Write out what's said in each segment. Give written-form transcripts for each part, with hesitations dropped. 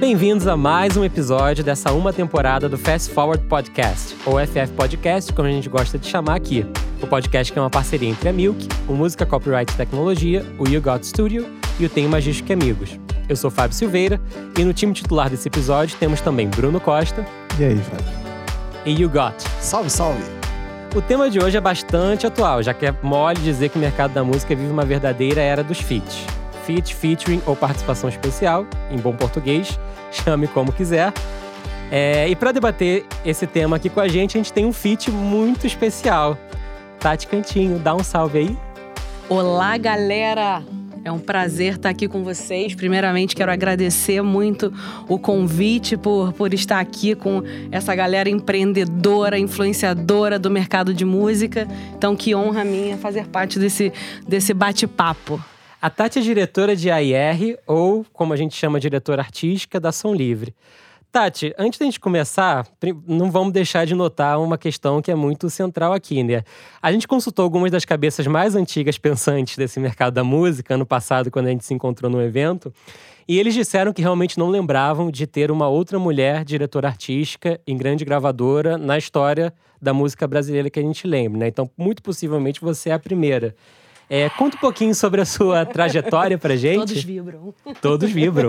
Bem-vindos a mais um episódio dessa uma temporada do Fast Forward Podcast, ou FF Podcast, como a gente gosta de chamar aqui. O podcast que é uma parceria entre a Milk, o Música Copyright e Tecnologia, o You Got Studio e o Tenho Magístico Amigos. Eu sou Fábio Silveira e no time titular desse episódio temos também Bruno Costa. E aí, Fábio? E You Got. Salve, salve! O tema de hoje é bastante atual, já que é mole dizer que o mercado da música vive uma verdadeira era dos feats. Feat, featuring ou participação especial, em bom português, chame como quiser. E para debater esse tema aqui com a gente tem um feat muito especial. Tati Cantinho, dá um salve aí. Olá, galera! É um prazer estar aqui com vocês. Primeiramente, quero agradecer muito o convite por estar aqui com essa galera empreendedora, influenciadora do mercado de música. Então, que honra minha fazer parte desse bate-papo. A Tati é diretora de AIR, ou como a gente chama, diretora artística da Som Livre. Tati, antes da gente começar, não vamos deixar de notar uma questão que é muito central aqui, né? A gente consultou algumas das cabeças mais antigas pensantes desse mercado da música, ano passado, quando a gente se encontrou num evento, e eles disseram que realmente não lembravam de ter uma outra mulher diretora artística em grande gravadora na história da música brasileira que a gente lembra, né? Então, muito possivelmente, você é a primeira. Conta um pouquinho sobre a sua trajetória pra gente. Todos vibram. Todos vibram.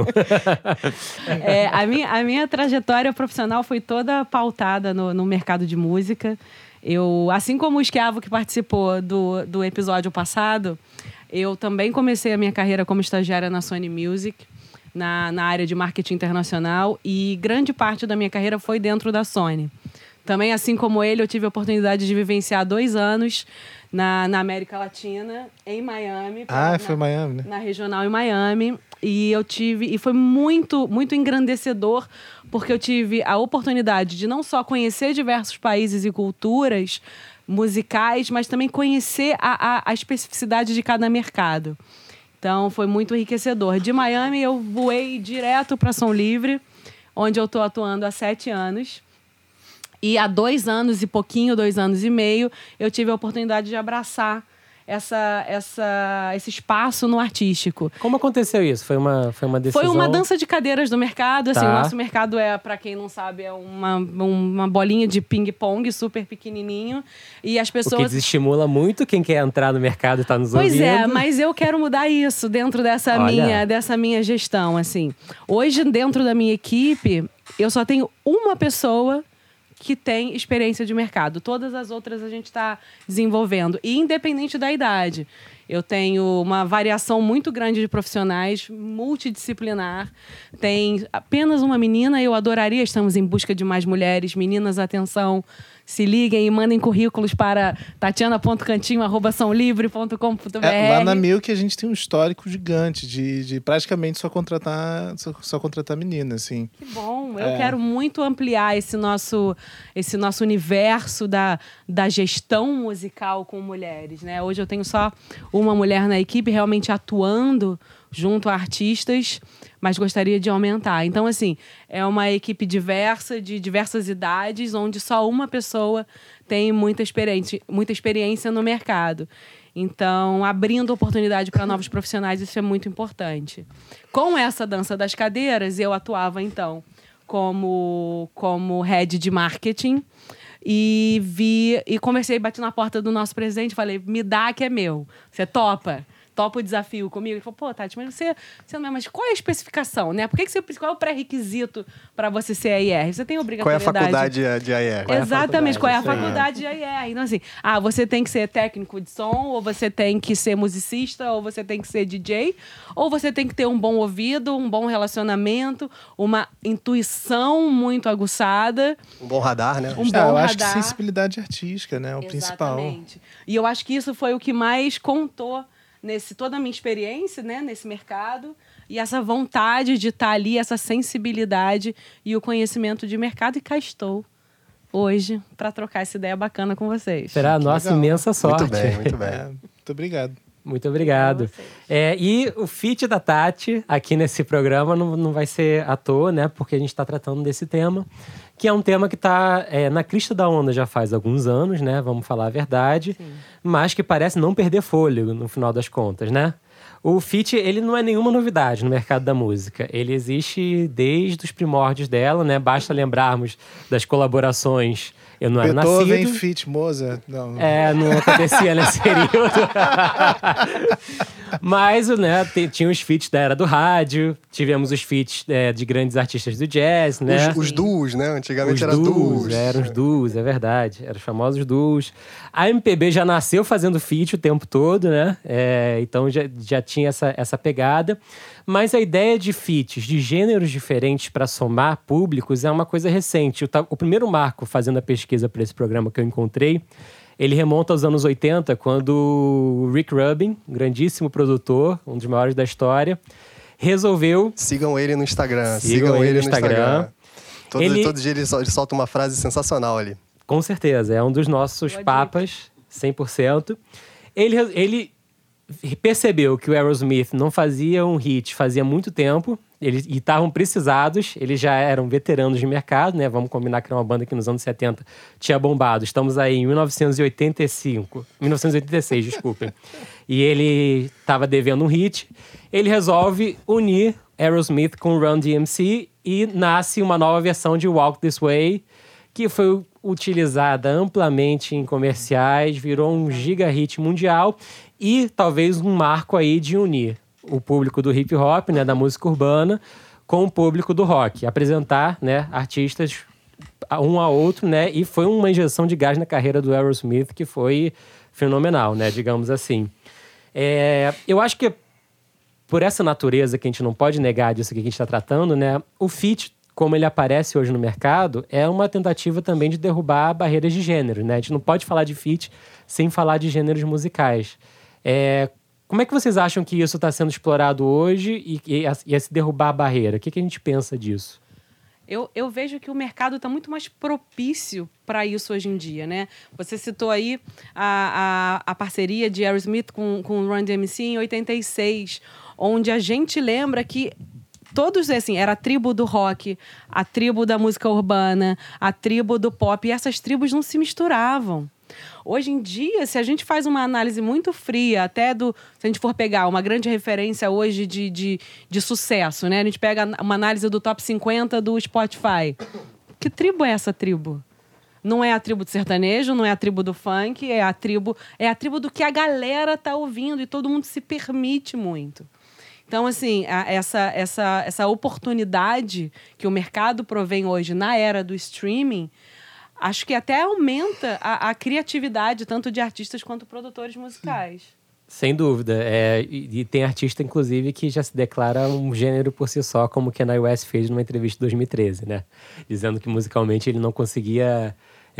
A minha trajetória profissional foi toda pautada no mercado de música. Eu, assim como o Esquiavo que participou do episódio passado, eu também comecei a minha carreira como estagiária na Sony Music, na área de marketing internacional, e grande parte da minha carreira foi dentro da Sony. Também, assim como ele, eu tive a oportunidade de vivenciar 2 anos na América Latina, em Miami. Foi Miami, né? Na regional em Miami. E foi muito, muito engrandecedor, porque eu tive a oportunidade de não só conhecer diversos países e culturas musicais, mas também conhecer a especificidade de cada mercado. Então, foi muito enriquecedor. De Miami, eu voei direto para Som Livre, onde eu estou atuando há 7 anos. E há 2 anos e pouquinho, 2 anos e meio, eu tive a oportunidade de abraçar esse espaço no artístico. Como aconteceu isso? Foi uma decisão? Foi uma dança de cadeiras do mercado. Assim, tá. O nosso mercado para quem não sabe, é uma bolinha de ping-pong super pequenininho. E as pessoas... O que desestimula muito quem quer entrar no mercado e tá nos ouvindo. Pois é, mas eu quero mudar isso dentro dessa minha gestão. Assim. Hoje, dentro da minha equipe, eu só tenho uma pessoa que tem experiência de mercado. Todas as outras a gente está desenvolvendo. E independente da idade. Eu tenho uma variação muito grande de profissionais, multidisciplinar. Tem apenas uma menina, eu adoraria. Estamos em busca de mais mulheres. Meninas, atenção, se liguem e mandem currículos para tatiana.cantinho@somlivre.com.br. Lá na Milk a gente tem um histórico gigante de praticamente só contratar meninas, assim. Que bom, eu quero muito ampliar esse nosso universo da gestão musical com mulheres, né? Hoje eu tenho só uma mulher na equipe realmente atuando junto a artistas, mas gostaria de aumentar. Então, assim, é uma equipe diversa, de diversas idades, onde só uma pessoa tem muita experiência no mercado. Então, abrindo oportunidade para novos profissionais, isso é muito importante. Com essa dança das cadeiras, eu atuava, então, como head de marketing, e conversei, bati na porta do nosso presidente e falei, me dá que é meu. Você topa o desafio comigo? Ele falou, pô, Tati, mas você não é, mas qual é a especificação, né? Qual é o pré-requisito para você ser AIR? Você tem obrigatoriedade. Qual é a faculdade de AIR? Exatamente, qual é a faculdade de AIR? Então, assim, você tem que ser técnico de som, ou você tem que ser musicista, ou você tem que ser DJ, ou você tem que ter um bom ouvido, um bom relacionamento, uma intuição muito aguçada. Um bom radar, né? Eu acho que sensibilidade artística, né? É o principal. Exatamente. E eu acho que isso foi o que mais contou toda a minha experiência, né, nesse mercado, e essa vontade de estar ali, essa sensibilidade e o conhecimento de mercado. E cá estou hoje para trocar essa ideia bacana com vocês. Será a nossa imensa sorte. Muito bem. Muito obrigado. Muito obrigado. E o feat da Tati aqui nesse programa não vai ser à toa, né? Porque a gente está tratando desse tema, que é um tema que está na crista da onda já faz alguns anos, né? Vamos falar a verdade. Sim. Mas que parece não perder fôlego no final das contas, né? O feat, ele não é nenhuma novidade no mercado da música. Ele existe desde os primórdios dela, né? Basta lembrarmos das colaborações Eu Não Era Nascido. Beethoven, feat, Mozart. Não não acontecia nesse período. Mas, né, tinha os feats da era do rádio, tivemos os feats de grandes artistas do jazz, né? Os duos, né? Antigamente era duos. Eram os duos, é verdade. Eram os famosos duos. A MPB já nasceu fazendo feat o tempo todo, né? Então já tinha essa pegada. Mas a ideia de feats de gêneros diferentes para somar públicos é uma coisa recente. O primeiro marco, fazendo a pesquisa para esse programa que eu encontrei, ele remonta aos anos 80, quando o Rick Rubin, grandíssimo produtor, um dos maiores da história, resolveu... Sigam ele no Instagram. Sigam ele no Instagram. Todo dia ele solta uma frase sensacional ali. Com certeza, é um dos nossos papas, 100%. Ele percebeu que o Aerosmith não fazia um hit fazia muito tempo, e estavam precisados, eles já eram veteranos de mercado, né? Vamos combinar que era uma banda que nos anos 70 tinha bombado. Estamos aí em 1986, desculpem. E ele estava devendo um hit. Ele resolve unir Aerosmith com Run DMC e nasce uma nova versão de Walk This Way, que foi utilizada amplamente em comerciais, virou um giga hit mundial e talvez um marco aí de unir o público do hip hop, né, da música urbana, com o público do rock. Apresentar, né, artistas um a outro, né, e foi uma injeção de gás na carreira do Aerosmith que foi fenomenal, né, digamos assim. Eu acho que por essa natureza que a gente não pode negar disso que a gente está tratando, né, o feat, como ele aparece hoje no mercado, é uma tentativa também de derrubar barreiras de gênero, né? A gente não pode falar de feat sem falar de gêneros musicais. Como é que vocês acham que isso está sendo explorado hoje e esse derrubar a barreira? O que a gente pensa disso? Eu vejo que o mercado está muito mais propício para isso hoje em dia, né? Você citou aí a parceria de Aerosmith com o Run DMC em 86, onde a gente lembra que todos, assim, era a tribo do rock, a tribo da música urbana, a tribo do pop, e essas tribos não se misturavam. Hoje em dia, se a gente faz uma análise muito fria, se a gente for pegar uma grande referência hoje de sucesso, né? A gente pega uma análise do top 50 do Spotify. Que tribo é essa tribo? Não é a tribo do sertanejo, não é a tribo do funk, é a tribo do que a galera tá ouvindo e todo mundo se permite muito. Então, assim, essa oportunidade que o mercado provém hoje na era do streaming, acho que até aumenta a criatividade, tanto de artistas quanto produtores musicais. Sem dúvida. E tem artista, inclusive, que já se declara um gênero por si só, como que Kanye West fez numa entrevista de 2013, né? Dizendo que musicalmente ele não conseguia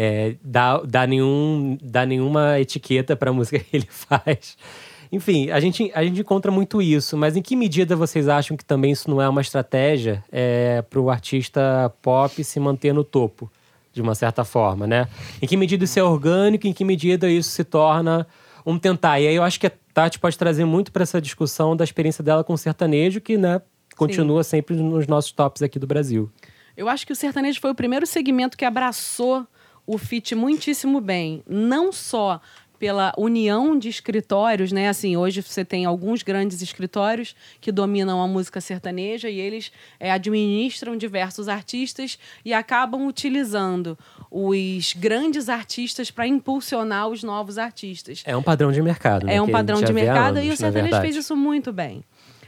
dar nenhuma etiqueta para a música que ele faz. Enfim, a gente encontra muito isso, mas em que medida vocês acham que também isso não é uma estratégia para o artista pop se manter no topo, de uma certa forma, né? Em que medida isso é orgânico, em que medida isso se torna um tentar? E aí eu acho que a Tati pode trazer muito para essa discussão da experiência dela com o sertanejo, que, né, continua sempre nos nossos tops aqui do Brasil. Eu acho que o sertanejo foi o primeiro segmento que abraçou o feat muitíssimo bem, não só pela união de escritórios, né? Assim, hoje você tem alguns grandes escritórios que dominam a música sertaneja e eles administram diversos artistas e acabam utilizando os grandes artistas para impulsionar os novos artistas. É um padrão de mercado, né? É um padrão de mercado e o sertanejo fez isso muito bem.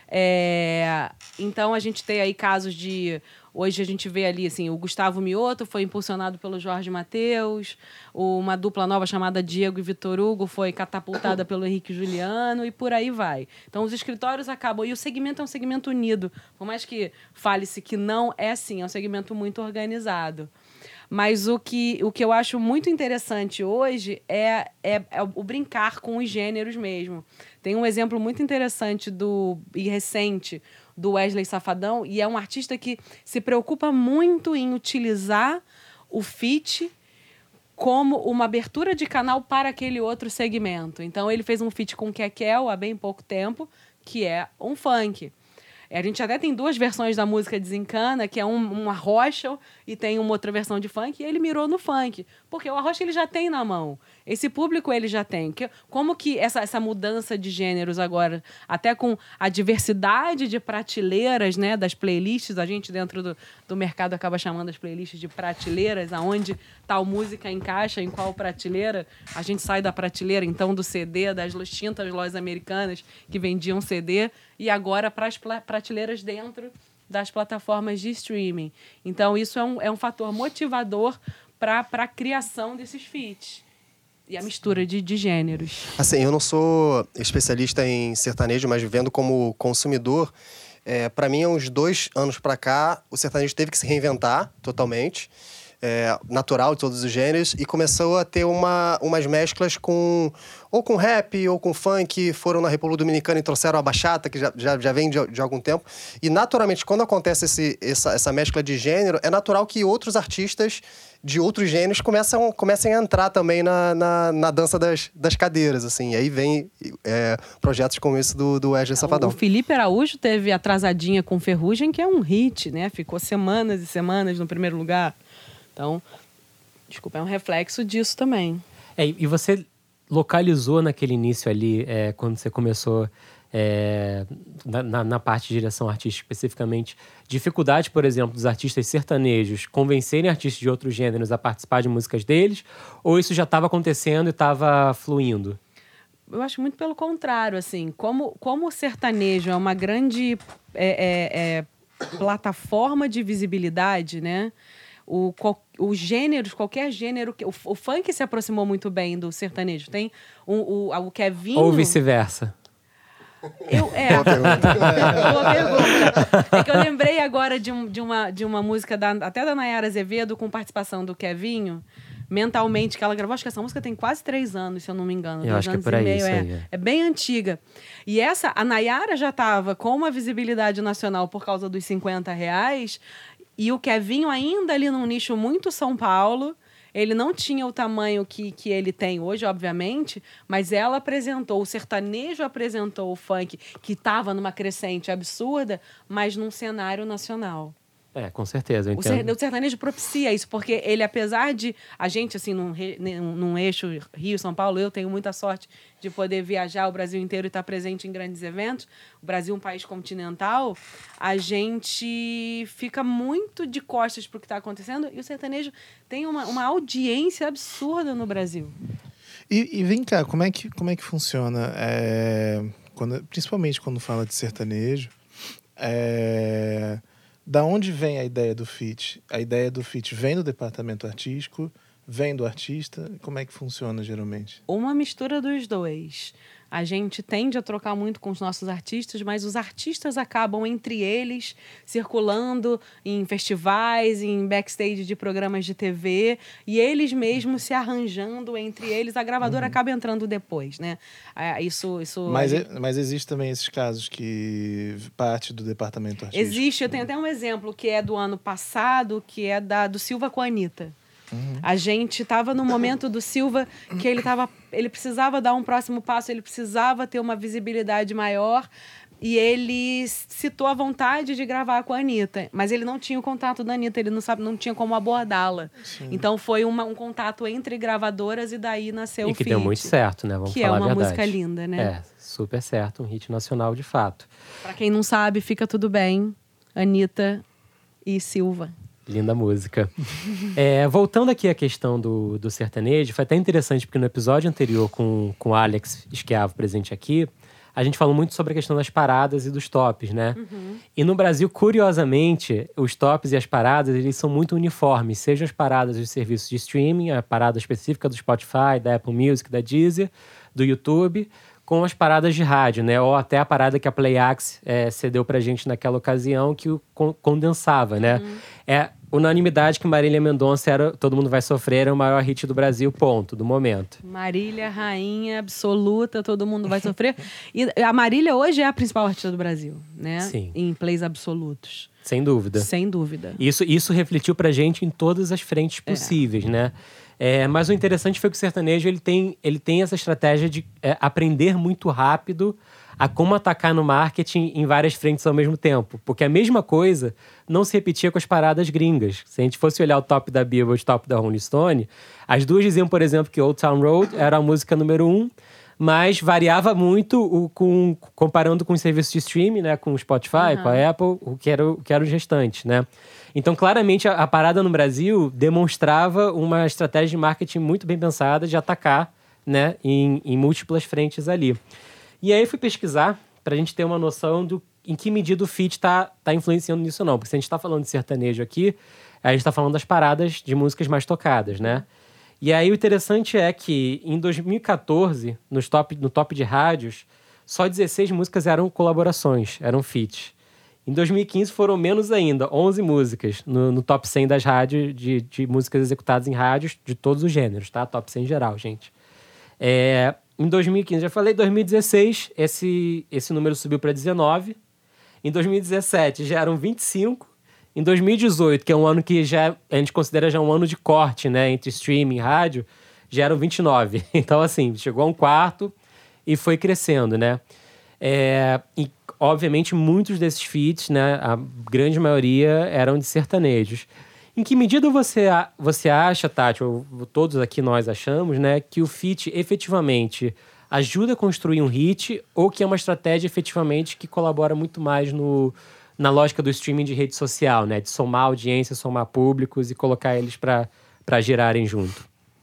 Então, a gente tem aí casos de... Hoje a gente vê ali, assim, o Gustavo Mioto foi impulsionado pelo Jorge Mateus, uma dupla nova chamada Diego e Vitor Hugo foi catapultada pelo Henrique Juliano e por aí vai. Então, os escritórios acabam... E o segmento é um segmento unido. Por mais que fale-se que não é assim, é um segmento muito organizado. Mas o que eu acho muito interessante hoje é o brincar com os gêneros mesmo. Tem um exemplo muito interessante e recente do Wesley Safadão, e é um artista que se preocupa muito em utilizar o feat como uma abertura de canal para aquele outro segmento. Então, ele fez um feat com Kekel há bem pouco tempo, que é um funk. A gente até tem 2 versões da música Desencana, que é um arrocha e tem uma outra versão de funk, e ele mirou no funk. Porque o arrocha ele já tem na mão. Esse público ele já tem. Como que essa mudança de gêneros agora, até com a diversidade de prateleiras, né, das playlists, a gente dentro do mercado acaba chamando as playlists de prateleiras, aonde tal música encaixa em qual prateleira. A gente sai da prateleira, então, do CD, das extintas lojas americanas que vendiam CD, e agora para as prateleiras dentro das plataformas de streaming. Então, isso é um fator motivador para a criação desses feats. E a mistura de gêneros. Assim, eu não sou especialista em sertanejo, mas vendo como consumidor, para mim, há uns 2 anos para cá, o sertanejo teve que se reinventar totalmente. Natural de todos os gêneros, e começou a ter umas mesclas ou com rap ou com funk. Foram na República Dominicana e trouxeram a bachata, que já vem de algum tempo. E naturalmente, quando acontece essa mescla de gênero, é natural que outros artistas de outros gêneros comecem a entrar também na dança das cadeiras, assim. E aí vem projetos como esse do Wesley Safadão. O Felipe Araújo teve Atrasadinha com Ferrugem, que é um hit, né? Ficou semanas e semanas no primeiro lugar. Então, desculpa, é um reflexo disso também. E você localizou naquele início ali, quando você começou na parte de direção artística especificamente, dificuldade, por exemplo, dos artistas sertanejos convencerem artistas de outros gêneros a participar de músicas deles? Ou isso já estava acontecendo e estava fluindo? Eu acho muito pelo contrário, assim. Como o sertanejo é uma grande plataforma de visibilidade, né? Os gêneros, qualquer gênero... O funk se aproximou muito bem do sertanejo. Tem o Kevinho... Ou vice-versa. Boa pergunta. Boa pergunta. É que eu lembrei agora de uma música até da Nayara Azevedo, com participação do Kevinho, Mentalmente, que ela gravou. Acho que essa música tem quase 3 anos, se eu não me engano. Eu acho que é por aí, isso aí. É bem antiga. E a Nayara já estava com uma visibilidade nacional por causa dos R$50, e o Kevinho ainda ali num nicho muito São Paulo. Ele não tinha o tamanho que ele tem hoje, obviamente, mas ela apresentou, o sertanejo apresentou o funk, que estava numa crescente absurda, mas num cenário nacional. Com certeza, eu entendo. O sertanejo propicia isso, porque ele, apesar de... A gente, assim, num eixo Rio-São Paulo, eu tenho muita sorte de poder viajar o Brasil inteiro e estar presente em grandes eventos. O Brasil é um país continental. A gente fica muito de costas para o que está acontecendo, e o sertanejo tem uma audiência absurda no Brasil. E vem cá, como é que funciona? Principalmente quando fala de sertanejo, da onde vem a ideia do feat? A ideia do feat vem do departamento artístico, vem do artista? Como é que funciona geralmente? Uma mistura dos dois. A gente tende a trocar muito com os nossos artistas, mas os artistas acabam entre eles circulando em festivais, em backstage de programas de TV, e eles mesmos se arranjando entre eles. A gravadora acaba entrando depois, né? Mas existe também esses casos que parte do departamento artístico? Existe. Eu tenho até um exemplo que é do ano passado, que é do Silva com a Anitta. A gente estava no momento do Silva que ele precisava dar um próximo passo, ele precisava ter uma visibilidade maior, e ele citou a vontade de gravar com a Anitta, mas ele não tinha o contato da Anitta, ele não tinha como abordá-la. Sim. Então foi um contato entre gravadoras, e daí nasceu o feat. E que deu muito certo, né? Vamos falar a verdade. Que é uma música linda, né? Super certo, um hit nacional de fato. Para quem não sabe, Fica Tudo Bem, Anitta e Silva. Linda música. Voltando aqui à questão do sertanejo, foi até interessante porque no episódio anterior com o Alex Schiavo presente aqui, a gente falou muito sobre a questão das paradas e dos tops, né? E no Brasil, curiosamente, os tops e as paradas, eles são muito uniformes. Sejam as paradas dos serviços de streaming, a parada específica do Spotify, da Apple Music, da Deezer, do YouTube, com as paradas de rádio, né? Ou até a parada que a Playax cedeu pra gente naquela ocasião, que o condensava, né? Unanimidade que Marília Mendonça era Todo Mundo Vai Sofrer, era o maior hit do Brasil, ponto, do momento. Marília, rainha absoluta, Todo Mundo Vai Sofrer. E a Marília hoje é a principal artista do Brasil, né? Sim. Em plays absolutos. Sem dúvida. Sem dúvida. Isso refletiu pra gente em todas as frentes possíveis, né? Mas o interessante foi que o sertanejo ele tem essa estratégia de aprender muito rápido a como atacar no marketing em várias frentes ao mesmo tempo. Porque a mesma coisa não se repetia com as paradas gringas. Se a gente fosse olhar o top da Billboard e o top da Rolling Stone, as duas diziam, por exemplo, que Old Town Road era a música número 1, mas variava muito comparando com os serviços de streaming, né? Com o Spotify, com a Apple, o que era os restantes, né? Então, claramente, a parada no Brasil demonstrava uma estratégia de marketing muito bem pensada de atacar, né? Em múltiplas frentes ali. E aí eu fui pesquisar pra gente ter uma noção em que medida o feat tá influenciando nisso ou não. Porque se a gente tá falando de sertanejo aqui, a gente tá falando das paradas de músicas mais tocadas, né? E aí o interessante é que em 2014, no top de rádios, só 16 músicas eram colaborações, eram feats. Em 2015 foram menos ainda, 11 músicas no top 100 das rádios, de músicas executadas em rádios de todos os gêneros, tá? Top 100 geral, gente. Em 2015, já falei, 2016, esse número subiu para 19. Em 2017, já eram 25. Em 2018, que é um ano que a gente considera já um ano de corte, né? Entre streaming e rádio, já eram 29. Então, assim, chegou a um quarto e foi crescendo, né? E, obviamente, muitos desses feats, né? A grande maioria eram de sertanejos. Em que medida você acha, Tati, ou todos aqui nós achamos, né, que o feat efetivamente ajuda a construir um hit ou que é uma estratégia efetivamente que colabora muito mais na lógica do streaming de rede social, né, de somar audiência, somar públicos e colocar eles para girarem junto?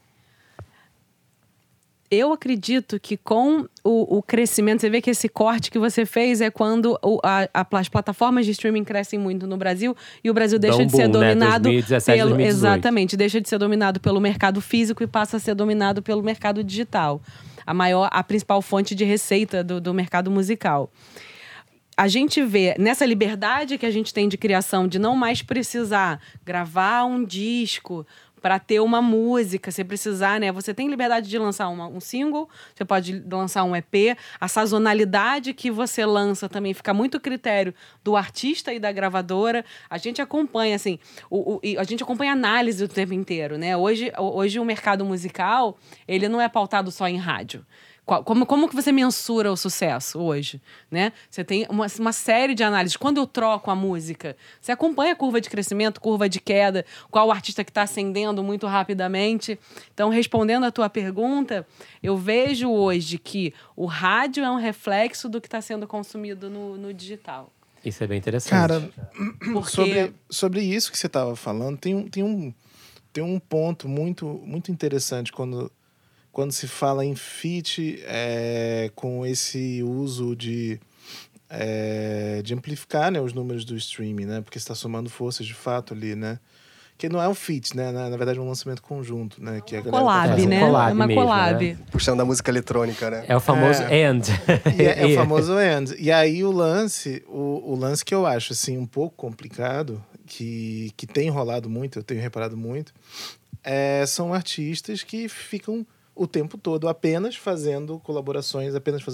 Eu acredito que com o crescimento, você vê que esse corte que você fez é quando as plataformas de streaming crescem muito no Brasil e o Brasil deixa de ser dominado, né? 2017, 2018. Exatamente, deixa de ser dominado pelo mercado físico e passa a ser dominado pelo mercado digital. A principal fonte de receita do mercado musical. A gente vê nessa liberdade que a gente tem de criação, de não mais precisar gravar um disco para ter uma música, você precisar, né? Você tem liberdade de lançar um single, você pode lançar um EP. A sazonalidade que você lança também fica muito a critério do artista e da gravadora. A gente acompanha, assim, a gente acompanha análise o tempo inteiro, né? Hoje o mercado musical, ele não é pautado só em rádio. Como que você mensura o sucesso hoje, né? Você tem uma série de análises. Quando eu troco a música, você acompanha a curva de crescimento, curva de queda, qual artista que está ascendendo muito rapidamente. Então, respondendo a tua pergunta, eu vejo hoje que o rádio é um reflexo do que está sendo consumido no digital. Isso é bem interessante. Cara, Porque... sobre isso que você estava falando, tem um ponto muito, muito interessante quando se fala em feat com esse uso de amplificar, né, os números do streaming, né? Porque você está somando forças de fato ali, né? Que não é um feat, né? Na verdade é um lançamento conjunto, né? Que a galera collab, né? collab é uma mesmo, collab. Né? Puxando a música eletrônica, né? É o famoso and. É o famoso and. E aí o lance que eu acho assim, um pouco complicado, que tem rolado muito, eu tenho reparado muito, são artistas que ficam o tempo todo apenas fazendo colaborações,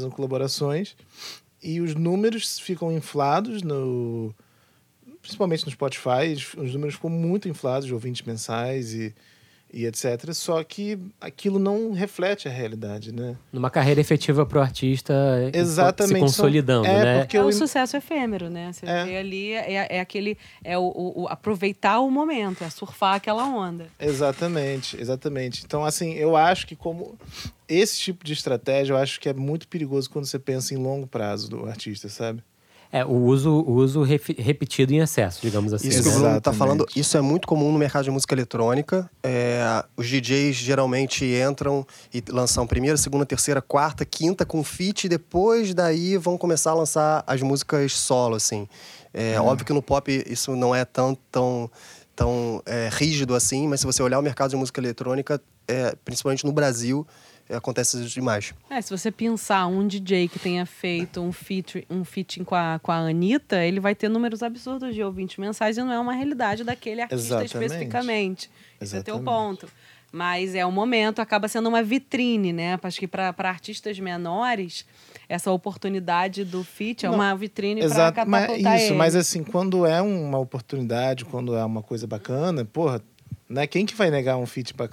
e os números ficam inflados, principalmente no Spotify, os números ficam muito inflados de ouvintes mensais e etc. Só que aquilo não reflete a realidade, né? Numa carreira efetiva pro artista exatamente, se consolidando, né? Porque o sucesso efêmero, né? Você vê ali, o aproveitar o momento, é surfar aquela onda. Exatamente. Então, assim, eu acho que como esse tipo de estratégia, eu acho que é muito perigoso quando você pensa em longo prazo do artista, sabe? O uso repetido em excesso, digamos assim. Isso que o Bruno tá falando, isso é muito comum no mercado de música eletrônica. Os DJs geralmente entram e lançam primeira, segunda, terceira, quarta, quinta com feat, e depois daí vão começar a lançar as músicas solo, assim. Óbvio que no pop isso não é tão rígido assim, mas se você olhar o mercado de música eletrônica, principalmente no Brasil, acontece isso demais. Se você pensar um DJ que tenha feito um feat com a Anitta, ele vai ter números absurdos de ouvintes mensais e não é uma realidade daquele artista especificamente. Esse é teu ponto. Mas é um momento, acaba sendo uma vitrine, né? Acho que para artistas menores, essa oportunidade do feat é uma vitrine para catapultar ele. Mas assim, quando é uma oportunidade, quando é uma coisa bacana, porra, né? Quem que vai negar um feat bacana?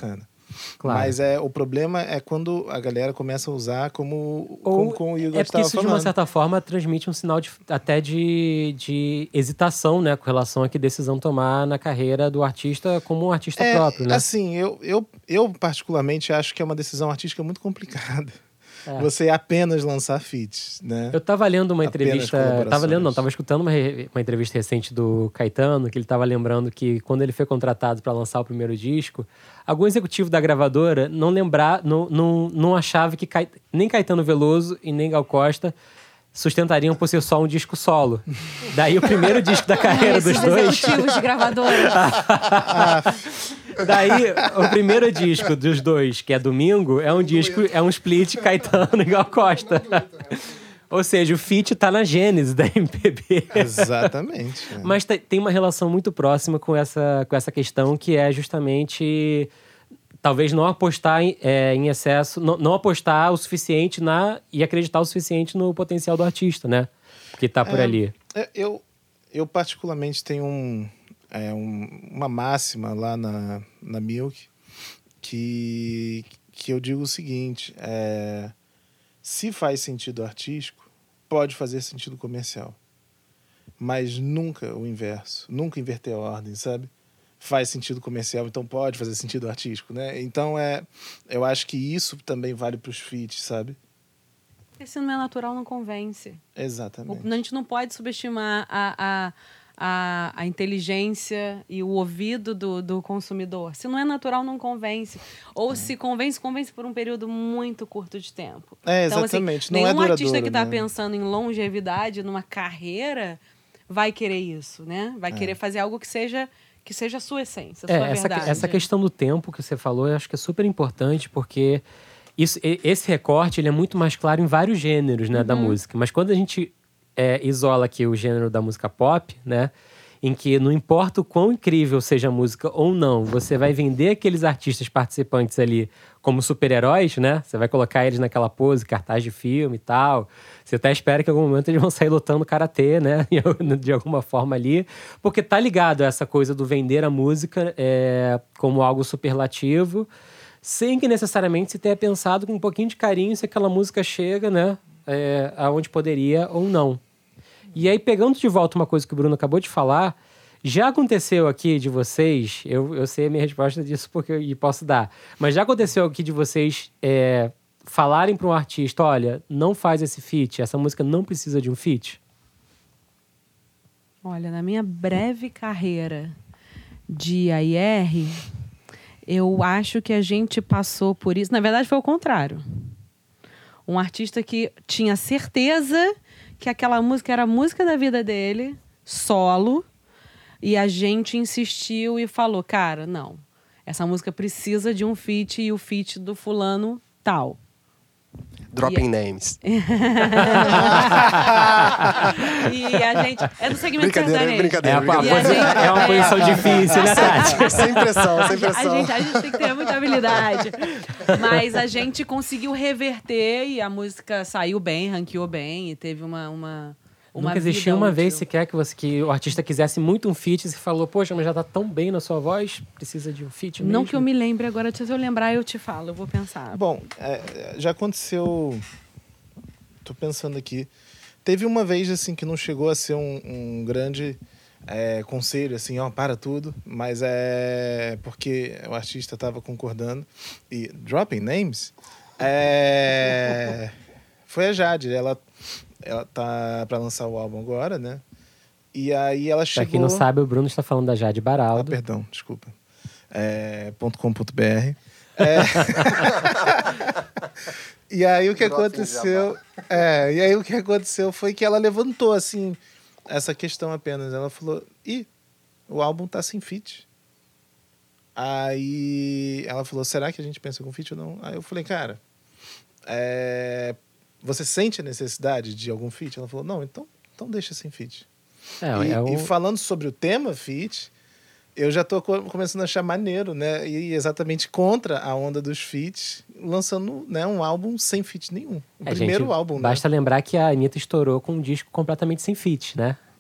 Claro. Mas o problema é quando a galera começa a usar como o Igor É porque estava isso, falando. de uma certa forma, transmite um sinal até de hesitação, né? Com relação a que decisão tomar na carreira do artista como um artista próprio, né? Assim, eu particularmente acho que é uma decisão artística muito complicada. Você apenas lançar feats, né? Eu tava lendo uma Apenas entrevista... colaborações. Tava escutando uma entrevista recente do Caetano, que ele tava lembrando que quando ele foi contratado para lançar o primeiro disco, algum executivo da gravadora não achava que nem Caetano Veloso e nem Gal Costa sustentariam por ser só um disco solo. Daí o primeiro disco da carreira dos dois... executivos de gravadora. Daí, o primeiro disco dos dois, que é Domingo, é um split Caetano e Gal Costa. Ou seja, o feat tá na gênese da MPB. Exatamente. Mas tem uma relação muito próxima com essa questão, que é justamente talvez não apostar em excesso, não apostar o suficiente e acreditar o suficiente no potencial do artista, né? Que tá por ali. Eu particularmente tenho uma máxima lá na Milk que eu digo o seguinte: se faz sentido artístico, pode fazer sentido comercial, mas nunca o inverso, nunca inverter a ordem, sabe? Faz sentido comercial, então pode fazer sentido artístico, né? Então eu acho que isso também vale para os feats, sabe? Porque se não é natural, não convence. Exatamente. A gente não pode subestimar a inteligência e o ouvido do consumidor. Se não é natural, não convence. Ou se convence por um período muito curto de tempo. Exatamente. Então, assim, não nenhum é artista que está né? pensando em longevidade, numa carreira, vai querer isso, né? Vai querer fazer algo que seja a sua essência, a sua verdade. Essa questão do tempo que você falou, eu acho que é super importante, porque esse recorte ele é muito mais claro em vários gêneros, né, da música. Mas quando a gente isola aqui o gênero da música pop, né, em que não importa o quão incrível seja a música ou não, você vai vender aqueles artistas participantes ali como super-heróis, né? Você vai colocar eles naquela pose, cartaz de filme e tal. Você até espera que em algum momento eles vão sair lutando karatê, né? De alguma forma ali. Porque tá ligado a essa coisa do vender a música como algo superlativo, sem que necessariamente se tenha pensado com um pouquinho de carinho se aquela música chega, né? Aonde poderia ou não. E aí, pegando de volta uma coisa que o Bruno acabou de falar, já aconteceu aqui de vocês, eu sei a minha resposta disso porque eu posso dar, mas já aconteceu aqui de vocês falarem para um artista, olha, não faz esse feat, essa música não precisa de um feat? Olha, na minha breve carreira de AIR, eu acho que a gente passou por isso. Na verdade, foi o contrário. Um artista que tinha certeza que aquela música era a música da vida dele, solo, e a gente insistiu e falou, cara, não, essa música precisa de um feat e o feat do fulano tal. Dropping names. E a gente... É do segmento sertanejo. Brincadeira. É uma posição difícil, né, Tati? Sem pressão, sem pressão. A gente tem que ter muita habilidade. Mas a gente conseguiu reverter e a música saiu bem, ranqueou bem e teve uma Nunca existiu vida uma útil. vez sequer que o artista quisesse muito um feat e você falou, poxa, mas já tá tão bem na sua voz, precisa de um feat mesmo? Não que eu me lembre agora, se eu lembrar eu te falo, eu vou pensar. Bom, já aconteceu... Tô pensando aqui. Teve uma vez, assim, que não chegou a ser um grande conselho, assim, ó, para tudo, mas porque o artista estava concordando. E Dropping Names foi a Jade, ela tá para lançar o álbum agora, né? E aí ela chegou... Pra quem não sabe, o Bruno está falando da Jade Baraldo. Perdão, desculpa. .com.br. E aí o que aconteceu... E aí o que aconteceu foi que ela levantou, assim, essa questão apenas. Ela falou, o álbum tá sem feat. Aí ela falou, será que a gente pensa com feat ou não? Aí eu falei, cara, você sente a necessidade de algum feat? Ela falou, não, então deixa sem feat. E falando sobre o tema feat, eu já tô começando a achar maneiro, né? E exatamente contra a onda dos feats, lançando, né, um álbum sem feat nenhum. O primeiro álbum, né? Basta lembrar que a Anitta estourou com um disco completamente sem feat, né?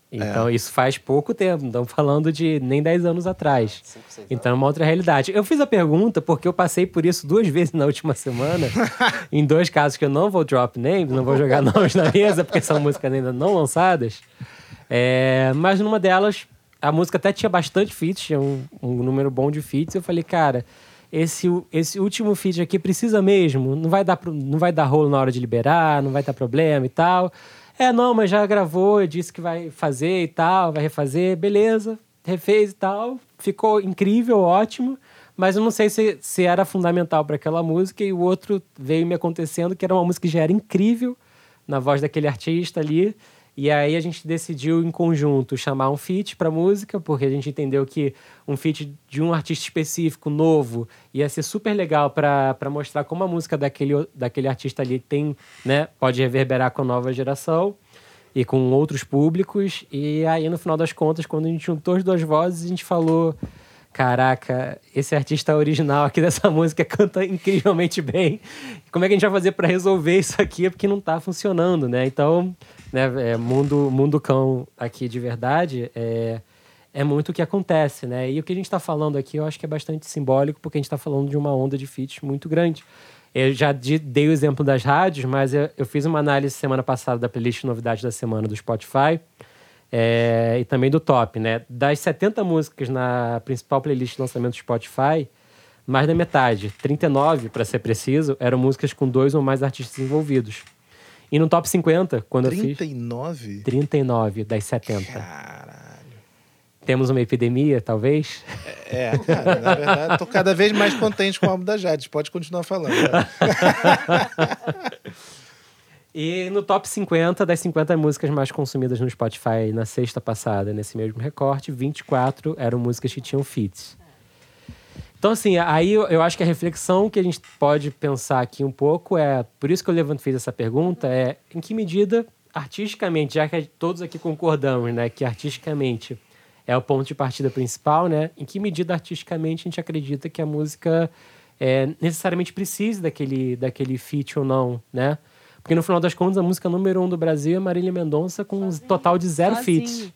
Então, isso faz pouco tempo. Não estamos falando de nem 10 anos atrás. 5, 6 então, é uma outra realidade. Eu fiz a pergunta porque eu passei por isso 2 vezes na última semana. Em 2 casos que eu não vou drop names, não vou jogar nomes na mesa, porque são músicas ainda não lançadas. Mas numa delas, a música até tinha bastante feats, tinha um número bom de feats. Eu falei, cara, esse último feat aqui precisa mesmo? Não vai dar rolo na hora de liberar, não vai dar problema e tal. Não, mas já gravou, disse que vai fazer e tal, vai refazer, beleza, refez e tal, ficou incrível, ótimo, mas eu não sei se era fundamental para aquela música, e o outro veio me acontecendo que era uma música que já era incrível na voz daquele artista ali, e aí a gente decidiu em conjunto chamar um feat para música, porque a gente entendeu que um feat de um artista específico, novo, ia ser super legal para mostrar como a música daquele artista ali tem, né, pode reverberar com a nova geração e com outros públicos. E aí, no final das contas, quando a gente juntou as 2 vozes, a gente falou... Caraca, esse artista original aqui dessa música canta incrivelmente bem. Como é que a gente vai fazer para resolver isso aqui? Porque não tá funcionando, né? Então, né, mundo cão aqui de verdade é muito o que acontece, né? E o que a gente tá falando aqui, eu acho que é bastante simbólico, porque a gente tá falando de uma onda de feats muito grande. Eu já dei o exemplo das rádios, mas eu fiz uma análise semana passada da playlist Novidades da Semana do Spotify, e também do top, né? Das 70 músicas na principal playlist de lançamento do Spotify, mais da metade, 39, para ser preciso, eram músicas com 2 ou mais artistas envolvidos. E no top 50, quando 39? eu fiz... 39 das 70. Caralho. Temos uma epidemia, talvez? Cara, na verdade, tô cada vez mais contente com o álbum da Jade. Pode continuar falando. Né? E no top 50, das 50 músicas mais consumidas no Spotify na sexta passada, nesse mesmo recorte, 24 eram músicas que tinham feats. Então, assim, aí eu acho que a reflexão que a gente pode pensar aqui um pouco por isso que eu fiz essa pergunta, em que medida, artisticamente, já que todos aqui concordamos, né, que artisticamente é o ponto de partida principal, né, em que medida artisticamente a gente acredita que a música necessariamente precise daquele feat ou não, né? Porque no final das contas, a música número 1 do Brasil é Marília Mendonça com um total de 0 feats.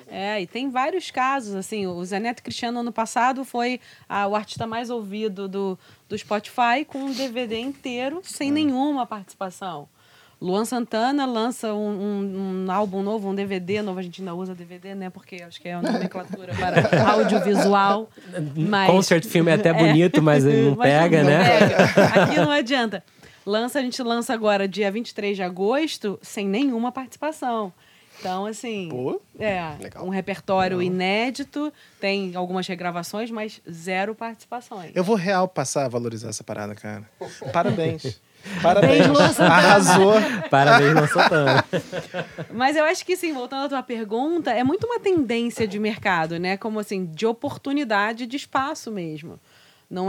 E tem vários casos, assim, o Zé Neto Cristiano ano passado foi o artista mais ouvido do Spotify com um DVD inteiro, sem nenhuma participação. Luan Santana lança um álbum novo, um DVD novo, a gente ainda usa DVD, né, porque acho que é uma nomenclatura para audiovisual. Mas... Concert filme é até bonito, mas não pega, né? Aqui não adianta. A gente lança agora, dia 23 de agosto, sem nenhuma participação. Então, assim... Legal. Um repertório inédito, tem algumas regravações, mas 0 participações. Eu vou passar a valorizar essa parada, cara. Parabéns. Parabéns, arrasou. Parabéns, Luan Santana. Mas eu acho que, sim, voltando à tua pergunta, é muito uma tendência de mercado, né? Como, assim, de oportunidade de espaço mesmo. Não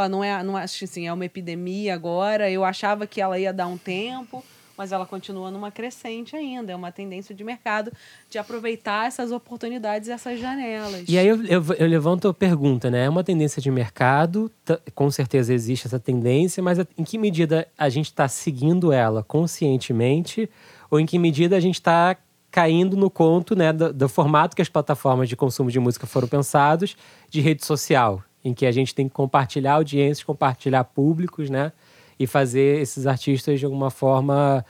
acho assim, é uma epidemia agora. Eu achava que ela ia dar um tempo, mas ela continua numa crescente ainda. É uma tendência de mercado de aproveitar essas oportunidades, essas janelas. E aí eu levanto a pergunta, né? É uma tendência de mercado, com certeza existe essa tendência, mas em que medida a gente está seguindo ela conscientemente ou em que medida a gente está caindo no conto, né, do formato que as plataformas de consumo de música foram pensados, de rede social, em que a gente tem que compartilhar audiências, compartilhar públicos, né? E fazer esses artistas, de alguma forma,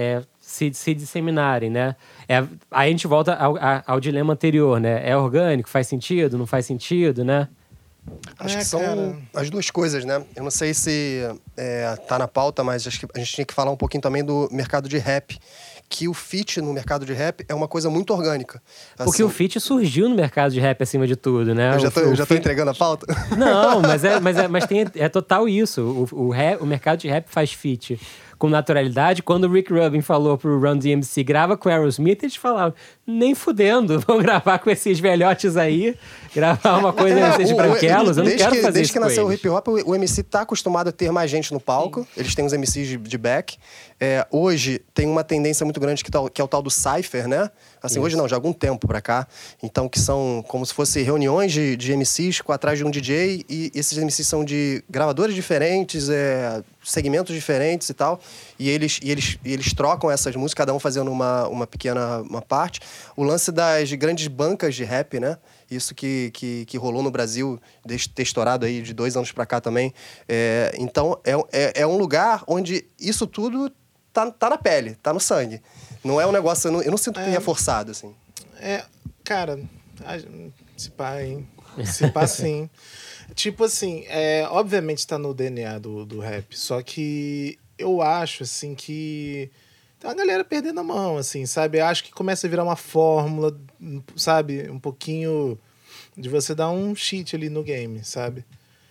se disseminarem, né? Aí a gente volta ao dilema anterior, né? É orgânico? Faz sentido? Não faz sentido, né? Acho que são as 2 coisas, né? Eu não sei se tá na pauta, mas acho que a gente tinha que falar um pouquinho também do mercado de rap. Que o feat no mercado de rap é uma coisa muito orgânica. Assim, porque o feat surgiu no mercado de rap acima de tudo, né? Eu já tô entregando a pauta? Não, mas tem total isso. O mercado de rap faz feat com naturalidade. Quando o Rick Rubin falou pro Run DMC, grava com o Aerosmith, eles falavam, nem fudendo, vão gravar com esses velhotes aí, gravar uma coisa desses branquelos, eu não quero fazer isso. Desde que nasceu o hip hop, o MC tá acostumado a ter mais gente no palco, eles têm os MCs de back. Hoje tem uma tendência muito grande que é o tal do cypher, né? Assim, hoje não, de algum tempo pra cá. Então, que são como se fossem reuniões de MCs atrás de um DJ, e esses MCs são de gravadores diferentes, segmentos diferentes e tal. e eles trocam essas músicas, cada um fazendo uma pequena parte. O lance das grandes bancas de rap, né? Isso que rolou no Brasil, desde ter estourado aí de 2 anos pra cá também. Então, é um lugar onde isso tudo tá na pele, tá no sangue. Não é um negócio... Eu não sinto que é forçado, assim. Cara... Se pá, hein? Se pá, sim. Tipo assim, obviamente tá no DNA do rap, só que eu acho, assim, que tá a galera perdendo a mão, assim, sabe? Eu acho que começa a virar uma fórmula, sabe? Um pouquinho de você dar um cheat ali no game, sabe?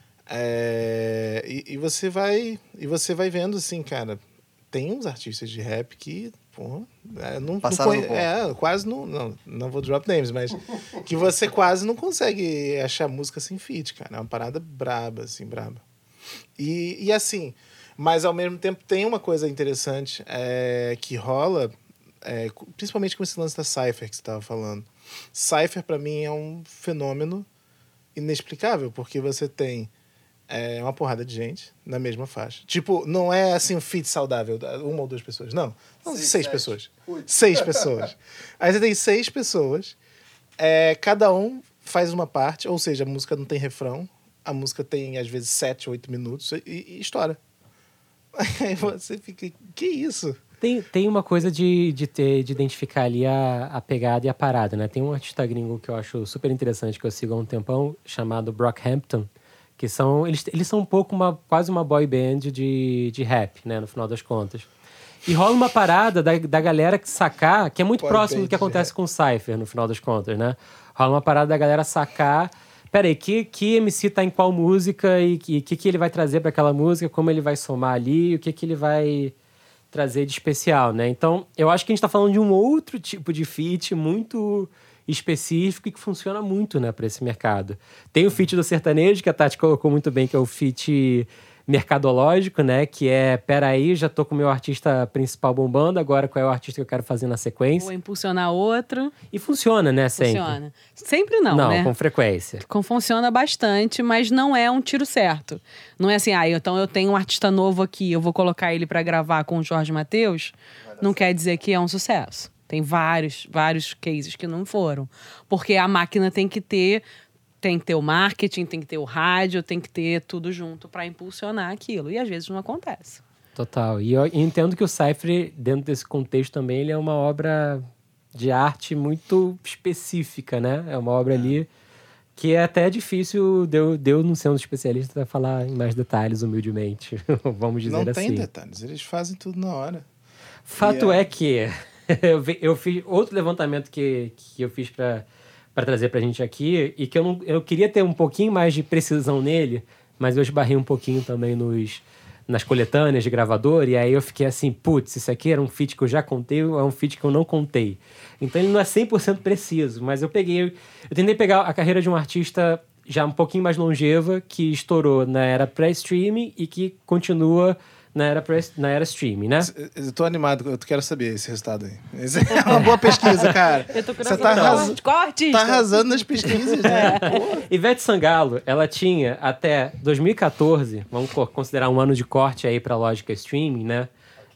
E você vai vendo, assim, cara, tem uns artistas de rap que... quase não vou drop names, mas que você quase não consegue achar música sem feat, cara. É uma parada braba, assim, braba. E assim, mas ao mesmo tempo tem uma coisa interessante que rola, principalmente com esse lance da Cypher que você estava falando. Cypher, pra mim, é um fenômeno inexplicável, porque você tem uma porrada de gente na mesma faixa. Tipo, não é assim um feat saudável, 1 ou 2 pessoas. Não, 6 pessoas. 6 pessoas. Aí você tem 6 pessoas, cada um faz uma parte, ou seja, a música não tem refrão, a música tem, às vezes, 7, 8 minutos e estoura. Aí você fica, que isso? Tem uma coisa de identificar ali a pegada e a parada, né? Tem um artista gringo que eu acho super interessante, que eu sigo há um tempão, chamado Brockhampton, que são... Eles são um pouco quase uma boy band de rap, né? No final das contas. E rola uma parada da galera sacar, que é muito próximo do que acontece com o Cypher, no final das contas, né? Rola uma parada da galera sacar... Peraí, que MC tá em qual música e que ele vai trazer para aquela música, como ele vai somar ali, o que ele vai trazer de especial, né? Então, eu acho que a gente tá falando de um outro tipo de feat muito específico e que funciona muito, né, para esse mercado. Tem o feat do sertanejo, que a Tati colocou muito bem, que é o feat mercadológico, né, que peraí, já tô com o meu artista principal bombando, agora qual é o artista que eu quero fazer na sequência? Vou impulsionar outro. E funciona, né, sempre? Funciona. Sempre não, né? Não, com frequência. Funciona bastante, mas não é um tiro certo. Não é assim, então eu tenho um artista novo aqui, eu vou colocar ele pra gravar com o Jorge Mateus, não quer dizer que é um sucesso. Tem vários cases que não foram. Porque a máquina tem que ter o marketing, tem que ter o rádio, tem que ter tudo junto para impulsionar aquilo. E às vezes não acontece. Total. E eu entendo que o Cypher, dentro desse contexto também, ele é uma obra de arte muito específica, né? É uma obra ali que é até difícil de eu não ser um especialista, falar em mais detalhes, humildemente. Vamos dizer assim. Não tem detalhes, eles fazem tudo na hora. Fato é que eu fiz outro levantamento que eu fiz para trazer pra gente aqui, e que eu queria ter um pouquinho mais de precisão nele, mas eu esbarrei um pouquinho também nas coletâneas de gravador, e aí eu fiquei assim, putz, isso aqui era um feat que eu já contei ou é um feat que eu não contei? Então ele não é 100% preciso, mas eu tentei pegar a carreira de um artista já um pouquinho mais longeva, que estourou na era pré-streaming e que continua na era streaming, né? Eu tô animado, eu quero saber esse resultado aí. Essa é uma boa pesquisa, cara. Eu tô Você tá artista? Tá arrasando nas pesquisas, né? Ivete Sangalo, ela tinha até 2014, vamos considerar um ano de corte aí pra lógica streaming, né?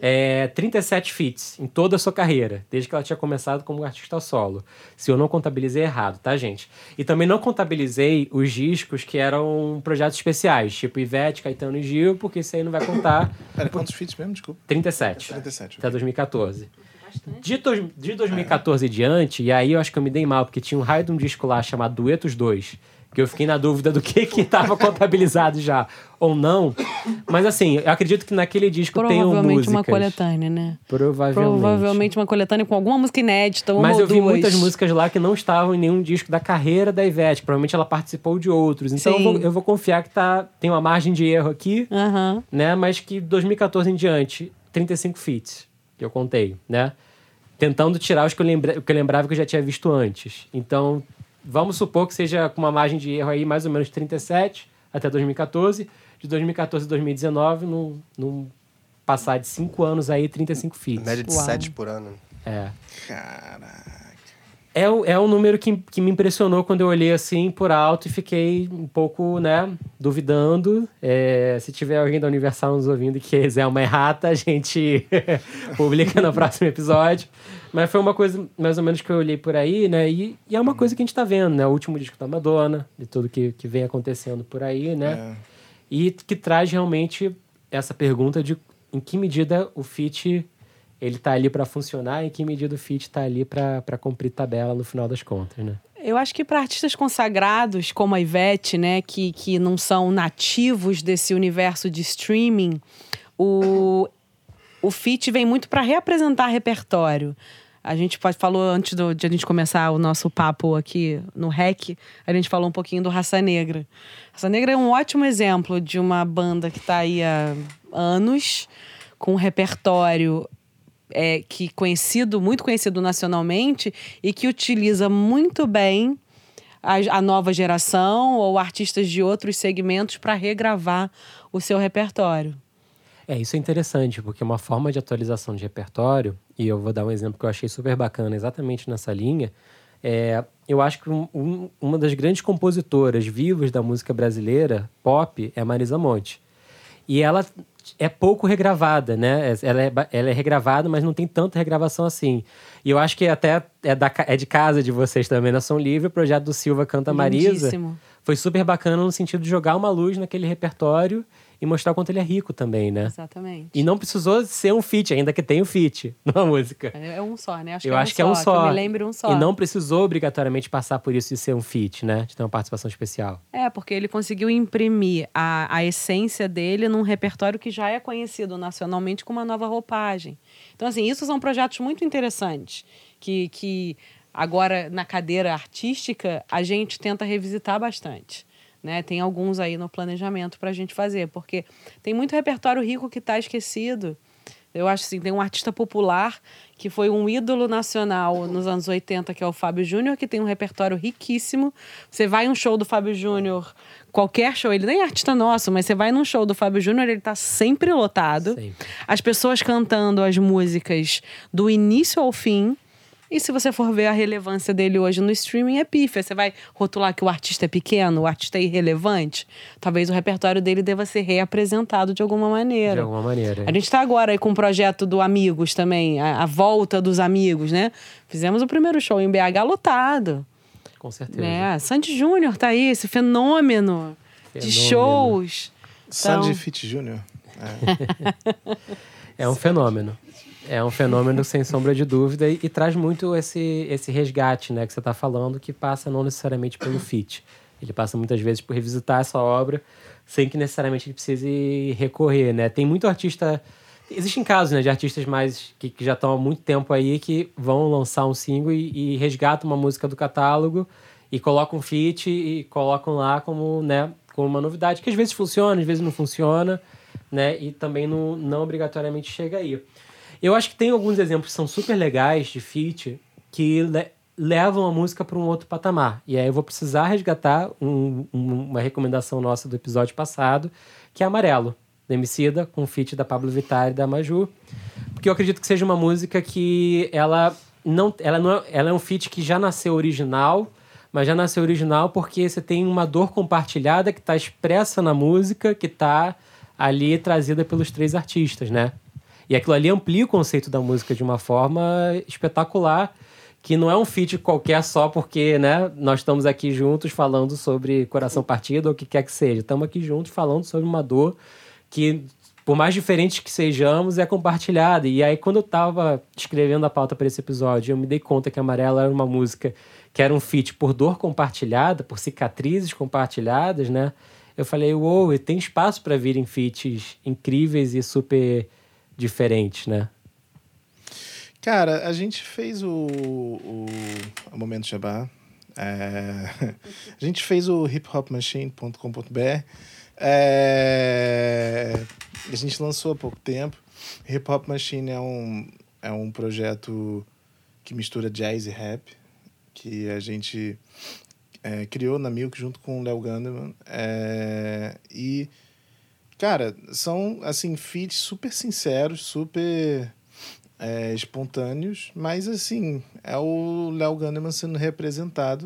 37 feats em toda a sua carreira, desde que ela tinha começado como artista solo. Se eu não contabilizei errado, tá, gente? E também não contabilizei os discos que eram projetos especiais, tipo Ivete, Caetano e Gil, porque isso aí não vai contar. Pera, quantos feats mesmo? Desculpa. 37. 37. Até 2014. De 2014 em diante, e aí eu acho que eu me dei mal, porque tinha um raio de um disco lá chamado Duetos 2, que eu fiquei na dúvida do que estava contabilizado já ou não. Mas assim, eu acredito que naquele disco tenham músicas. Provavelmente uma coletânea, né? Provavelmente uma coletânea com alguma música inédita, uma Mas ou eu vi duas. muitas músicas lá que não estavam em nenhum disco da carreira da Ivete. Provavelmente ela participou de outros. Então eu vou confiar que tem uma margem de erro aqui, né? Mas que 2014 em diante, 35 feats que eu contei, né? Tentando tirar os que eu lembrava que eu já tinha visto antes. Então, vamos supor que seja com uma margem de erro aí mais ou menos 37 até 2014. De 2014 a 2019, num passar de 5 anos aí, 35 feats. Média de 7 por ano. Caraca. É um número que me impressionou quando eu olhei assim por alto e fiquei um pouco, né, duvidando. Se tiver alguém da Universal nos ouvindo e quiser uma errata, a gente publica no próximo episódio. Mas foi uma coisa mais ou menos que eu olhei por aí, né? E é uma coisa que a gente tá vendo, né? O último disco da Madonna, de tudo que vem acontecendo por aí, né? E que traz realmente essa pergunta de em que medida o feat ele tá ali para funcionar, em que medida o feat tá ali para cumprir tabela no final das contas, né? Eu acho que para artistas consagrados como a Ivete, né, que não são nativos desse universo de streaming, o feat vem muito para reapresentar repertório. A gente falou antes de a gente começar o nosso papo aqui no REC, a gente falou um pouquinho do Raça Negra. Raça Negra é um ótimo exemplo de uma banda que está aí há anos, com um repertório muito conhecido nacionalmente e que utiliza muito bem a nova geração ou artistas de outros segmentos para regravar o seu repertório. Isso é interessante, porque uma forma de atualização de repertório, e eu vou dar um exemplo que eu achei super bacana exatamente nessa linha, eu acho que uma das grandes compositoras vivas da música brasileira, pop, é a Marisa Monte. E ela é pouco regravada, né? Ela é regravada, mas não tem tanta regravação assim. E eu acho que até é de casa de vocês também, na Som Livre, o projeto do Silva Canta Marisa. Foi super bacana no sentido de jogar uma luz naquele repertório e mostrar o quanto ele é rico também, né? Exatamente. E não precisou ser um feat, ainda que tenha um feat numa música. É um só, né? Eu acho que é um só. Que eu me lembro um só. E não precisou obrigatoriamente passar por isso de ser um feat, né? De ter uma participação especial. Porque ele conseguiu imprimir a essência dele num repertório que já é conhecido nacionalmente com uma nova roupagem. Então, assim, isso são projetos muito interessantes que agora, na cadeira artística, a gente tenta revisitar bastante. Né? Tem alguns aí no planejamento para a gente fazer, porque tem muito repertório rico que está esquecido. Eu acho assim, tem um artista popular que foi um ídolo nacional nos anos 80, que é o Fábio Júnior, que tem um repertório riquíssimo. Você vai em um show do Fábio Júnior, qualquer show, ele nem é artista nosso, mas você vai num show do Fábio Júnior, ele tá sempre lotado. Sempre. As pessoas cantando as músicas do início ao fim. E se você for ver a relevância dele hoje no streaming, é pífia. Você vai rotular que o artista é pequeno, o artista é irrelevante. Talvez o repertório dele deva ser reapresentado de alguma maneira. De alguma maneira. A gente está agora aí com o projeto do Amigos também, a volta dos Amigos, né? Fizemos o primeiro show em BH lotado. Com certeza. Né? Sandy Júnior tá aí, esse fenômeno de shows. Sandy Fit Júnior. É um fenômeno. É um fenômeno sem sombra de dúvida e traz muito esse resgate, né, que você está falando, que passa não necessariamente pelo feat. Ele passa muitas vezes por revisitar essa obra sem que necessariamente ele precise recorrer, né? Tem muito artista... Existem casos, né, de artistas mais que já estão há muito tempo aí que vão lançar um single e resgatam uma música do catálogo e colocam um feat e colocam lá como, né, como uma novidade, que às vezes funciona, às vezes não funciona, né? E também não obrigatoriamente chega aí. Eu acho que tem alguns exemplos que são super legais de feat que levam a música para um outro patamar. E aí eu vou precisar resgatar uma recomendação nossa do episódio passado, que é Amarelo, da Emicida, com o feat da Pablo Vittar e da Maju. Porque eu acredito que seja uma música que ela é um feat que já nasceu original, mas já nasceu original porque você tem uma dor compartilhada que está expressa na música, que está ali trazida pelos três artistas, né? E aquilo ali amplia o conceito da música de uma forma espetacular, que não é um feat qualquer só porque, né, nós estamos aqui juntos falando sobre coração partido ou o que quer que seja. Estamos aqui juntos falando sobre uma dor que, por mais diferentes que sejamos, é compartilhada. E aí, quando eu estava escrevendo a pauta para esse episódio, eu me dei conta que Amarela era uma música que era um feat por dor compartilhada, por cicatrizes compartilhadas, né? Eu falei, uou, tem espaço para virem feats incríveis e super diferentes, né? Cara, a gente fez o Momento Jabá. A gente fez o hiphopmachine.com.br. A gente lançou há pouco tempo. Hip Hop Machine é um projeto que mistura jazz e rap, que a gente criou na Milk junto com o Léo Ganderman. E, cara, são, assim, feats super sinceros, super espontâneos, mas assim, é o Léo Gandeman sendo representado,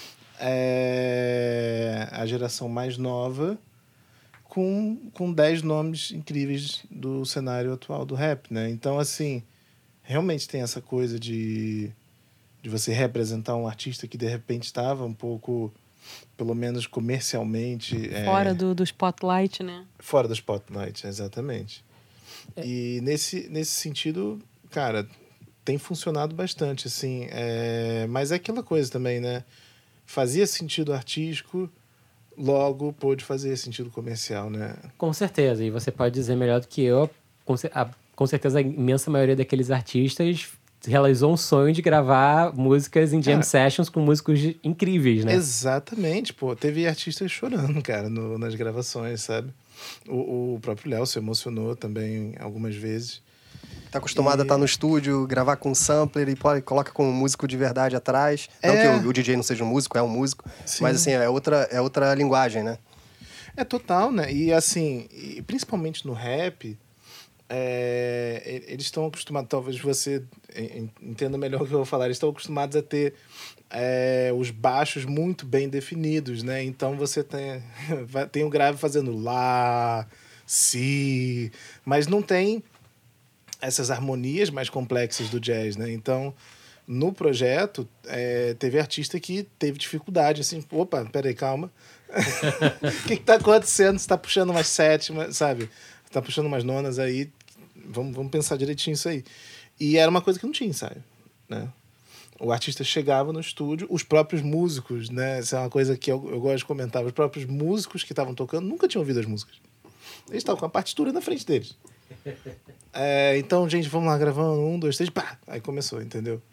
a geração mais nova, com 10 nomes incríveis do cenário atual do rap, né? Então, assim, realmente tem essa coisa de você representar um artista que de repente estava um pouco, pelo menos comercialmente... Fora do spotlight, né? Fora do spotlight, exatamente. E nesse sentido, cara, tem funcionado bastante, assim. Mas é aquela coisa também, né? Fazia sentido artístico, logo pôde fazer sentido comercial, né? Com certeza. E você pode dizer melhor do que eu. Com certeza, a imensa maioria daqueles artistas realizou um sonho de gravar músicas em jam sessions com músicos incríveis, né? Exatamente, pô. Teve artistas chorando, cara, nas gravações, sabe? O próprio Léo se emocionou também algumas vezes. Tá acostumado a estar no estúdio, gravar com um sampler e coloca com um músico de verdade atrás. Não que o DJ não seja um músico, é um músico. Sim. Mas assim, é outra linguagem, né? É total, né? E assim, principalmente no rap, eles estão acostumados, talvez você entenda melhor o que eu vou falar, eles estão acostumados a ter os baixos muito bem definidos, né? Então você tem o grave fazendo lá, si, mas não tem essas harmonias mais complexas do jazz, né? Então, no projeto, teve artista que teve dificuldade, assim, opa, peraí, calma. O que tá acontecendo? Você tá puxando umas sétimas, sabe? Tá puxando umas nonas aí, vamos pensar direitinho isso aí. E era uma coisa que não tinha ensaio, né? O artista chegava no estúdio, os próprios músicos, né? Essa é uma coisa que eu gosto de comentar, os próprios músicos que estavam tocando nunca tinham ouvido as músicas. Eles estavam com a partitura na frente deles. Então, gente, vamos lá, gravando, 1, 2, 3, pá! Aí começou, entendeu?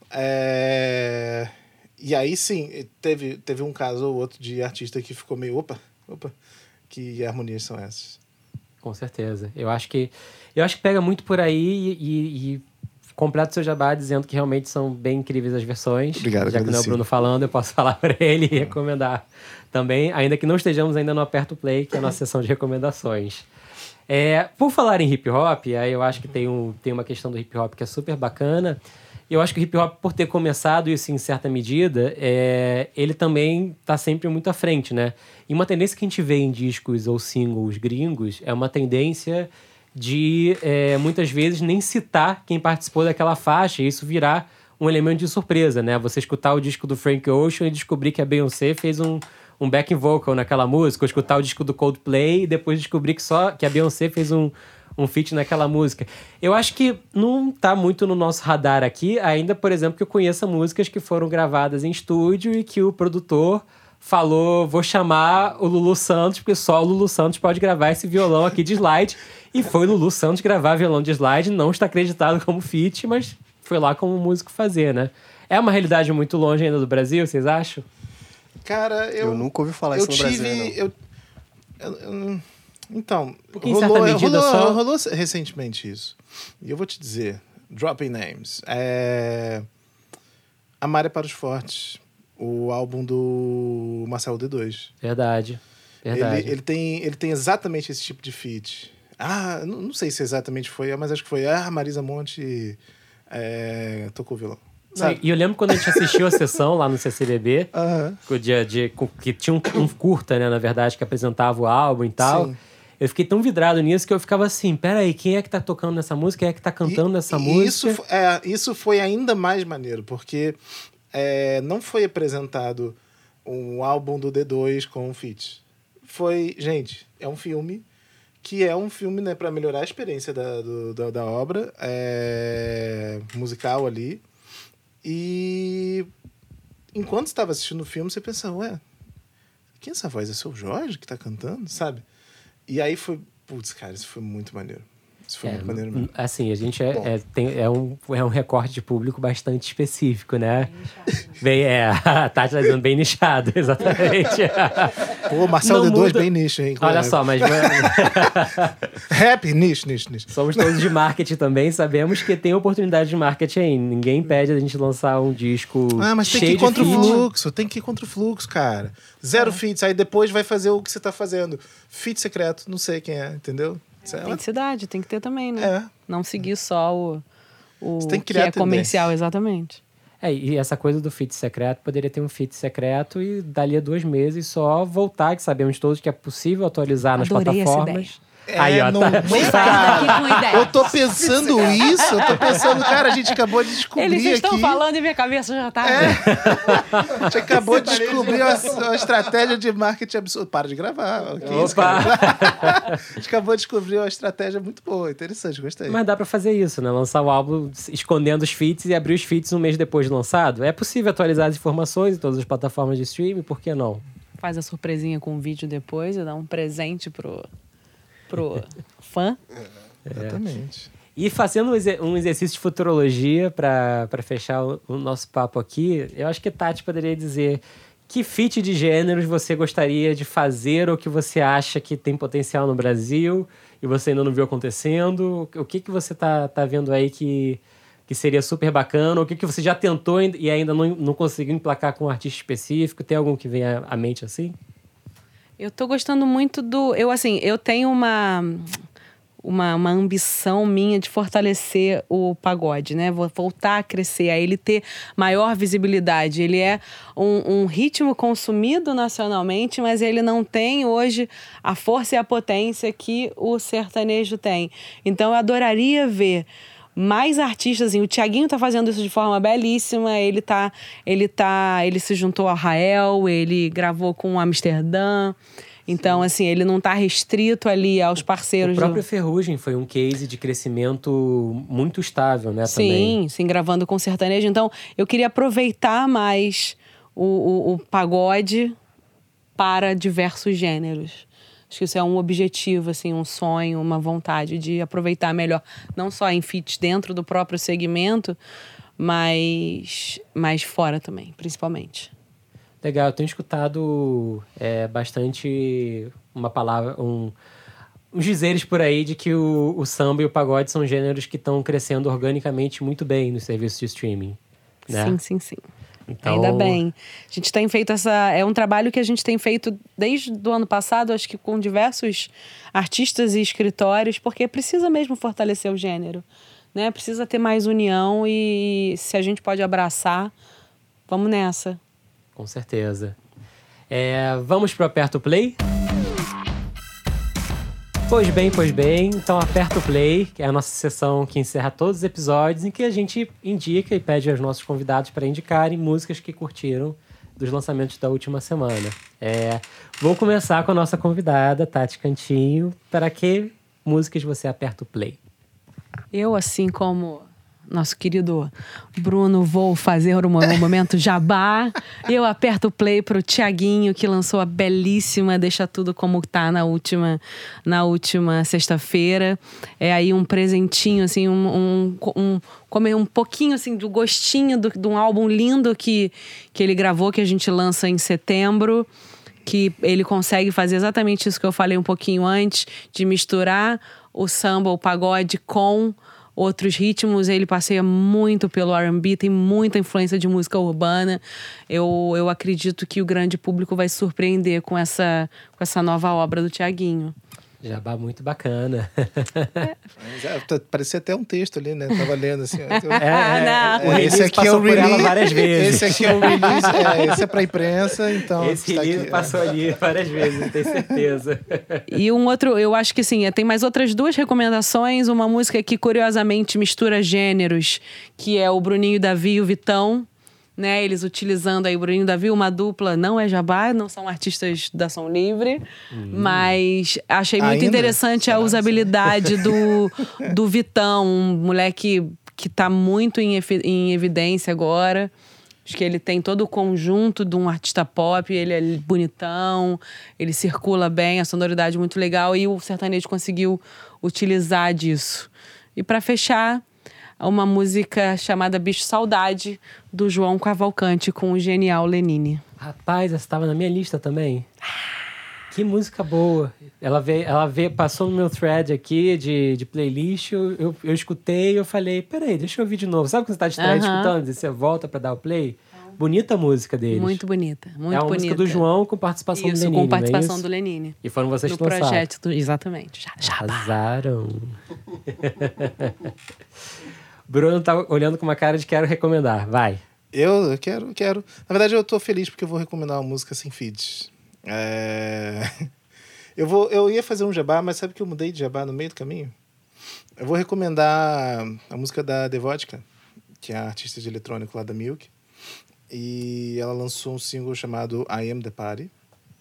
E aí, sim, teve um caso ou outro de artista que ficou meio, opa, que harmonias são essas? Com certeza. Eu acho que pega muito por aí e completa o seu jabá dizendo que realmente são bem incríveis as versões. Obrigado, já que não é o Bruno falando, eu posso falar para ele e recomendar também, ainda que não estejamos ainda no Aperto Play, que é a nossa sessão de recomendações. Por falar em hip hop, aí eu acho que tem uma questão do hip hop que é super bacana. Eu acho que o hip hop, por ter começado isso em certa medida, ele também está sempre muito à frente, né? E uma tendência que a gente vê em discos ou singles gringos é uma tendência de, muitas vezes, nem citar quem participou daquela faixa e isso virar um elemento de surpresa, né? Você escutar o disco do Frank Ocean e descobrir que a Beyoncé fez um backing vocal naquela música, ou escutar o disco do Coldplay e depois descobrir que a Beyoncé fez um feat naquela música. Eu acho que não tá muito no nosso radar aqui, ainda, por exemplo, que eu conheça músicas que foram gravadas em estúdio e que o produtor falou, vou chamar o Lulu Santos, porque só o Lulu Santos pode gravar esse violão aqui de slide. E foi o Lulu Santos gravar violão de slide, não está acreditado como feat, mas foi lá como músico fazer, né? É uma realidade muito longe ainda do Brasil, vocês acham? Cara, eu nunca ouvi falar isso no Brasil, não. Então, porque em certa medida rolou recentemente isso. E eu vou te dizer, Dropping Names, Amar é para os Fortes, o álbum do Marcelo D2. Verdade. Ele tem exatamente esse tipo de feat. Não sei se exatamente foi, mas acho que foi Marisa Monte tocou violão. Sabe? E eu lembro quando a gente assistiu a sessão lá no CCBB, que tinha um curta, né, na verdade, que apresentava o álbum e tal. Sim. Eu fiquei tão vidrado nisso que eu ficava assim, peraí, quem é que tá tocando nessa música? Quem é que tá cantando nessa música? Isso foi ainda mais maneiro, porque não foi apresentado um álbum do D2 com um feat. Gente, é um filme que é um filme, né, para melhorar a experiência da obra musical ali. E enquanto estava assistindo o filme, você pensa, quem é essa voz? É o Seu Jorge que tá cantando, sabe? E aí foi, cara, isso foi muito maneiro. Isso foi muito maneiro mesmo. Assim, a gente é um recorte de público bastante específico, né? A Tati tá dizendo bem nichado, exatamente. Pô, Marcelo D2 bem nicho, hein? Olha só, mas... Rap, nicho. Somos todos de marketing também, sabemos que tem oportunidade de marketing aí. Ninguém impede a gente lançar um disco mas tem que ir contra o fluxo. Tem que ir contra o fluxo, cara. 0 feats, aí depois vai fazer o que você tá fazendo. Feat secreto, não sei quem é, entendeu? Autenticidade, tem que ter também, né? Não seguir só Você tem que que criar é comercial, tendência. exatamente. E essa coisa do feat secreto, poderia ter um feat secreto e dali a 2 meses só voltar, que sabemos todos que é possível atualizar nas Adorei essa plataformas. Não, tá. Vou sair daqui com ideia. Eu tô pensando isso, cara, a gente acabou de descobrir Eles estão aqui. falando e minha cabeça já tá... A gente acabou de descobrir uma estratégia de marketing absurda. Para de gravar. Que isso, Opa! cara? A gente acabou de descobrir uma estratégia muito boa, interessante, gostei. Mas dá pra fazer isso, né? Lançar o álbum escondendo os feats e abrir os feats um mês depois de lançado. É possível atualizar as informações em todas as plataformas de streaming, por que não? Faz a surpresinha com o vídeo depois e dá um presente pro fã. Exatamente. E fazendo um exercício de futurologia para fechar o nosso papo aqui, eu acho que Tati poderia dizer que feat de gêneros você gostaria de fazer ou que você acha que tem potencial no Brasil e você ainda não viu acontecendo. O que você tá vendo aí que seria super bacana? O que você já tentou e ainda não conseguiu emplacar com um artista específico? Tem algum que venha à mente assim? Eu tô gostando muito eu tenho uma ambição minha de fortalecer o pagode, né? Vou voltar a crescer, a ele ter maior visibilidade. Ele é um ritmo consumido nacionalmente, mas ele não tem hoje a força e a potência que o sertanejo tem. Então, eu adoraria ver mais artistas, assim, o Thiaguinho tá fazendo isso de forma belíssima, ele se juntou ao Rael, ele gravou com o Amsterdã, então, assim, ele não tá restrito ali aos parceiros. O próprio Ferrugem foi um case de crescimento muito estável, né, também. Sim, gravando com sertanejo, então eu queria aproveitar mais o pagode para diversos gêneros. Acho que isso é um objetivo, assim, um sonho, uma vontade de aproveitar melhor, não só em feats dentro do próprio segmento, mas fora também, principalmente. Legal, eu tenho escutado bastante uma palavra, uns dizeres por aí de que o samba e o pagode são gêneros que estão crescendo organicamente muito bem nos serviços de streaming, né? Sim. Então, ainda bem. A gente tem feito é um trabalho que a gente tem feito desde o ano passado, acho que com diversos artistas e escritórios, porque precisa mesmo fortalecer o gênero, né? Precisa ter mais união e se a gente pode abraçar, vamos nessa. Com certeza. Vamos pro Aperta o Play? Pois bem. Então aperta o play, que é a nossa sessão que encerra todos os episódios, em que a gente indica e pede aos nossos convidados para indicarem músicas que curtiram dos lançamentos da última semana. Vou começar com a nossa convidada, Tati Cantinho. Para que músicas você aperta o play? Eu, assim como nosso querido Bruno, vou fazer um momento jabá. Eu aperto o play pro Thiaguinho, que lançou a belíssima Deixa Tudo Como Tá na última sexta-feira. É aí um presentinho, assim, comer um pouquinho, assim, do gostinho de um álbum lindo que ele gravou, que a gente lança em setembro. Que ele consegue fazer exatamente isso que eu falei um pouquinho antes, de misturar o samba, o pagode com outros ritmos. Ele passeia muito pelo R&B, tem muita influência de música urbana. Eu acredito que o grande público vai se surpreender com essa nova obra do Thiaguinho. Jabá muito bacana. Parecia até um texto ali, né? Tava lendo assim. Não. Esse aqui é o release. Várias vezes. Esse aqui é o release. Esse é pra imprensa, então. Esse release aqui, passou ali várias vezes, tenho certeza. E um outro, eu acho que sim, tem mais outras 2 recomendações. Uma música que curiosamente mistura gêneros, que é o Bruninho Davi e o Vitão. Né, eles utilizando aí o Bruninho Davi, uma dupla, não é jabá, não são artistas da Som Livre, mas achei muito interessante a usabilidade do Vitão, um moleque que tá muito em evidência agora. Acho que ele tem todo o conjunto de um artista pop, ele é bonitão, ele circula bem, a sonoridade muito legal, e o sertanejo conseguiu utilizar disso. E para fechar, uma música chamada Bicho Saudade, do João Cavalcante, com o genial Lenine. Rapaz, essa estava na minha lista também. Que música boa. Ela passou no meu thread aqui de playlist, eu escutei e eu falei, peraí, deixa eu ouvir de novo. Sabe quando você tá distraído escutando e você volta para dar o play? Bonita a música deles. Muito bonita, muito bonita. É uma música do João com participação do Lenine. Com participação do Lenine. E foram vocês que lançaram. No projeto, exatamente. Já. Arrasaram. Bruno tá olhando com uma cara de quero recomendar. Vai. Eu quero. Na verdade, eu tô feliz porque eu vou recomendar uma música sem feeds. Eu ia fazer um jabá, mas sabe que eu mudei de jabá no meio do caminho? Eu vou recomendar a música da The Vodka, que é a artista de eletrônico lá da Milk. E ela lançou um single chamado I Am The Party.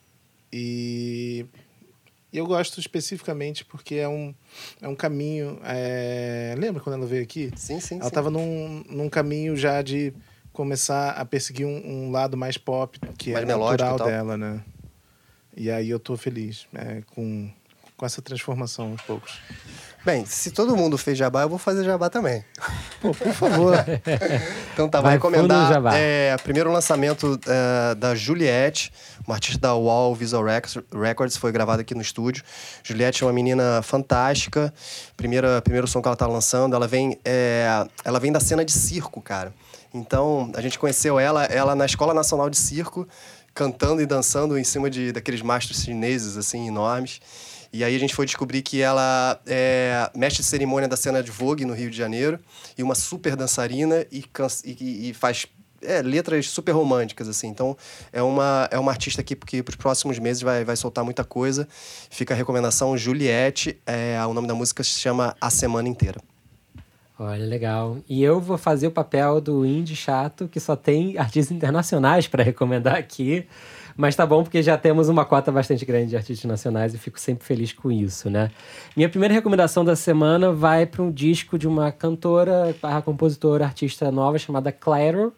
E eu gosto especificamente porque é um caminho... Lembra quando ela veio aqui? Sim. Ela estava num caminho já de começar a perseguir um lado mais pop, que mais é natural melódico e tal. dela, né? E aí eu tô feliz com essa transformação aos poucos. Bem, se todo mundo fez jabá, eu vou fazer jabá também. Pô, por favor. Então tá, vou Vai recomendar fundo, jabá. primeiro lançamento da Juliette, uma artista da Wall Visual Records, foi gravado aqui no estúdio. Juliette é uma menina fantástica, primeiro som que ela tá lançando, ela vem da cena de circo, cara. Então, a gente conheceu ela na Escola Nacional de Circo, cantando e dançando em cima daqueles mastros chineses, assim, enormes. E aí a gente foi descobrir que ela é mestre de cerimônia da cena de Vogue no Rio de Janeiro e uma super dançarina e faz letras super românticas, assim. Então, é uma artista que para os próximos meses vai soltar muita coisa. Fica a recomendação, Juliette, o nome da música se chama A Semana Inteira. Olha, legal. E eu vou fazer o papel do indie chato, que só tem artistas internacionais para recomendar aqui. Mas tá bom, porque já temos uma cota bastante grande de artistas nacionais e fico sempre feliz com isso, né? Minha primeira recomendação da semana vai para um disco de uma cantora, compositora, artista nova chamada Clairo,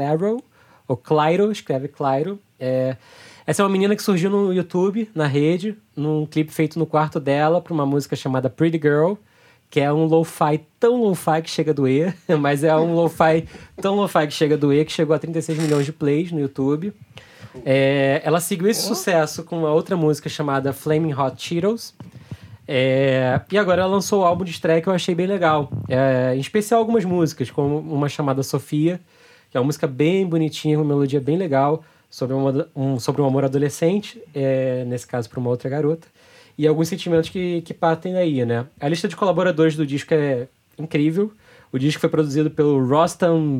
escreve Clairo. Essa é uma menina que surgiu no YouTube, na rede, num clipe feito no quarto dela para uma música chamada Pretty Girl, que é um lo-fi tão lo-fi que chega a doer, mas é um lo-fi tão lo-fi que chega a doer, que chegou a 36 milhões de plays no YouTube. Ela seguiu esse sucesso com uma outra música chamada Flaming Hot Cheetos. E agora ela lançou o álbum de estreia que eu achei bem legal. Em especial algumas músicas, como uma chamada Sofia, que é uma música bem bonitinha, uma melodia bem legal, sobre um amor adolescente, nesse caso para uma outra garota. E alguns sentimentos que partem daí, né? A lista de colaboradores do disco é incrível. O disco foi produzido pelo Rostam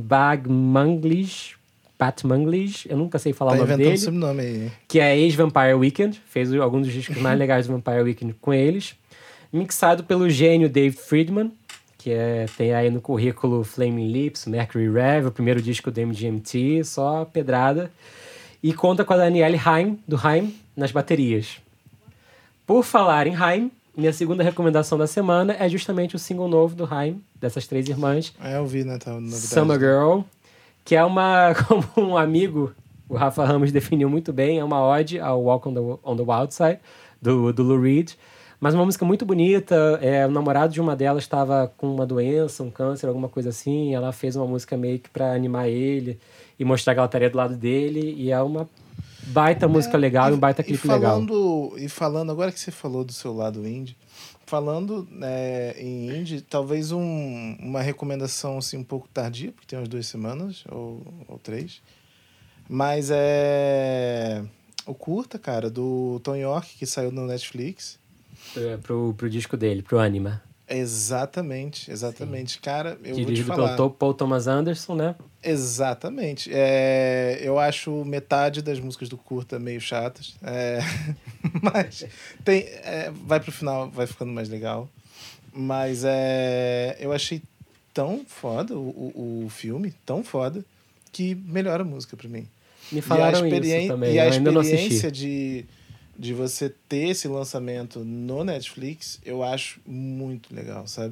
Pat Manglish, eu nunca sei falar o nome dele. Tá inventando sobrenome aí. Que é ex-Vampire Weekend. Fez alguns dos discos mais legais do Vampire Weekend com eles. Mixado pelo gênio Dave Friedman, que tem aí no currículo Flaming Lips, Mercury Rev, o primeiro disco do MGMT, só pedrada. E conta com a Danielle Haim, do Haim, nas baterias. Por falar em Haim, minha segunda recomendação da semana é justamente o single novo do Haim, dessas três irmãs. Eu vi, né? Tá, novidade. Summer Girl, que é como um amigo, o Rafa Ramos definiu muito bem, é uma ode ao Walk on the Wild Side, do Lou Reed. Mas uma música muito bonita, o namorado de uma delas estava com uma doença, um câncer, alguma coisa assim, e ela fez uma música meio que para animar ele e mostrar que ela estaria do lado dele, e é uma baita música legal e um baita clipe legal. E falando, agora que você falou do seu lado indie, falando em indie, talvez uma recomendação assim, um pouco tardia, porque tem umas 2 semanas ou 3, mas o curta, cara, do Tom York, que saiu no Netflix. Pro disco dele, pro Anima. Exatamente. Sim. Cara, eu dirigido vou te falar. pelo Paul Thomas Anderson, né? Exatamente. Eu acho metade das músicas do curta meio chatas. Mas vai pro final, vai ficando mais legal. Mas eu achei tão foda o filme, tão foda, que melhora a música pra mim. Me falaram isso também, e a eu ainda não experiência assisti. de você ter esse lançamento no Netflix, eu acho muito legal, sabe?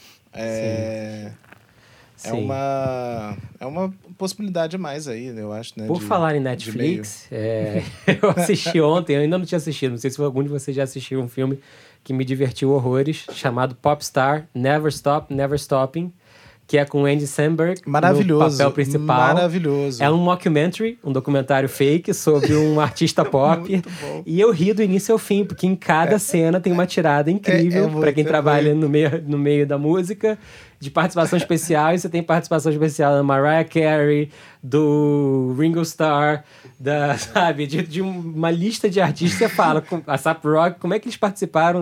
Sim. É uma possibilidade a mais aí, eu acho, né? Por falar em Netflix, eu assisti ontem, eu ainda não tinha assistido, não sei se algum de vocês já assistiu um filme que me divertiu horrores, chamado Popstar, Never Stop, Never Stopping, que é com Andy Samberg no papel principal. Maravilhoso. É um mockumentary, um documentário fake sobre um artista pop. Muito bom. E eu ri do início ao fim, porque em cada cena tem uma tirada incrível para quem trabalha no meio da música, de participação especial. E você tem participação especial da Mariah Carey, do Ringo Starr, sabe, de uma lista de artistas. Você fala, a A$AP Rocky, como é que eles participaram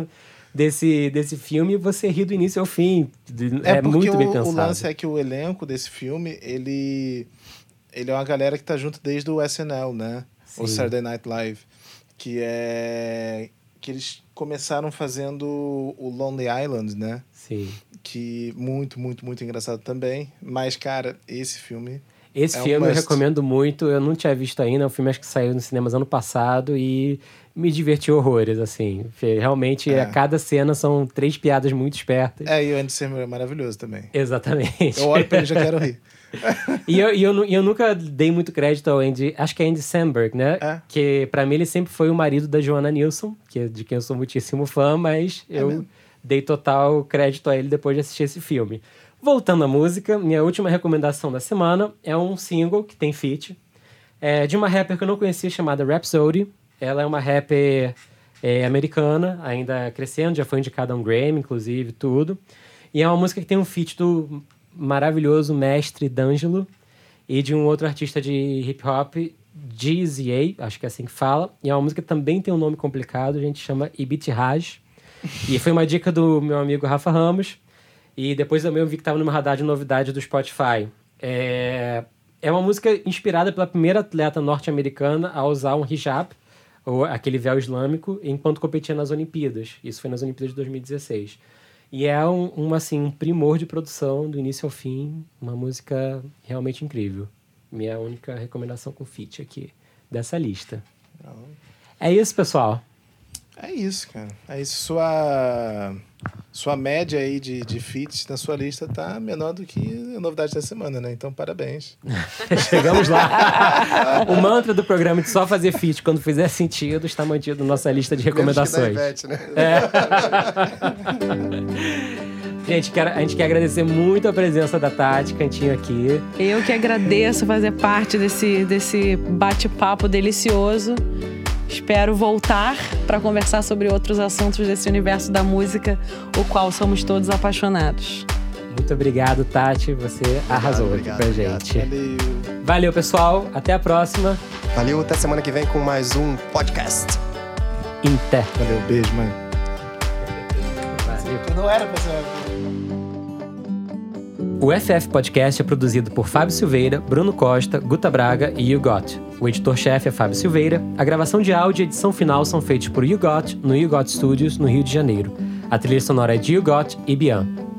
desse filme e você ri do início ao fim. É muito bem pensado. O lance é que o elenco desse filme, ele é uma galera que tá junto desde o SNL, né? Sim. O Saturday Night Live. Que eles começaram fazendo o Lonely Island, né? Sim. Que muito, muito, muito engraçado também. Mas, cara, esse filme... Esse filme eu recomendo muito. Eu não tinha visto ainda. É um filme acho que saiu nos cinemas ano passado e me diverti horrores, assim. Realmente, a cada cena são 3 piadas muito espertas. E o Andy Samberg é maravilhoso também. Exatamente. Eu olho pra ele e já quero rir. E eu nunca dei muito crédito ao Andy... Acho que é Andy Samberg, né? Que pra mim ele sempre foi o marido da Joanna Nilsson, de quem eu sou muitíssimo fã, mas eu dei total crédito a ele depois de assistir esse filme. Voltando à música, minha última recomendação da semana é um single que tem feat de uma rapper que eu não conhecia, chamada Rapsody. Ela é uma rapper americana, ainda crescendo, já foi indicada a um Grammy, inclusive, tudo. E é uma música que tem um feat do maravilhoso mestre D'Angelo e de um outro artista de hip-hop, GZA, acho que é assim que fala. E é uma música que também tem um nome complicado, a gente chama Ibit Raj. E foi uma dica do meu amigo Rafa Ramos. E depois também eu vi que estava numa radar de novidade do Spotify. É uma música inspirada pela primeira atleta norte-americana a usar um hijab, ou aquele véu islâmico, enquanto competia nas Olimpíadas. Isso foi nas Olimpíadas de 2016. E é um primor de produção do início ao fim, uma música realmente incrível. Minha única recomendação com feat aqui dessa lista. É isso, pessoal. É isso, cara. É isso. Sua média aí de feats na sua lista tá menor do que a novidade da semana, né? Então, parabéns. Chegamos lá. O mantra do programa de só fazer feat quando fizer sentido está mantido na nossa lista de recomendações. Ivete, né? Gente, a gente quer agradecer muito a presença da Tati Cantinho aqui. Eu que agradeço fazer parte desse bate-papo delicioso. Espero voltar para conversar sobre outros assuntos desse universo da música, o qual somos todos apaixonados. Muito obrigado, Tati. Você arrasou aqui pra gente. Valeu, pessoal. Até a próxima. Valeu, até semana que vem com mais um podcast. Inter. Valeu, beijo, mãe. Valeu. Não era pra ser... O FF Podcast é produzido por Fábio Silveira, Bruno Costa, Guta Braga e YouGot. O editor-chefe é Fábio Silveira. A gravação de áudio e edição final são feitos por YouGot no YouGot Studios, no Rio de Janeiro. A trilha sonora é de YouGot e Bian.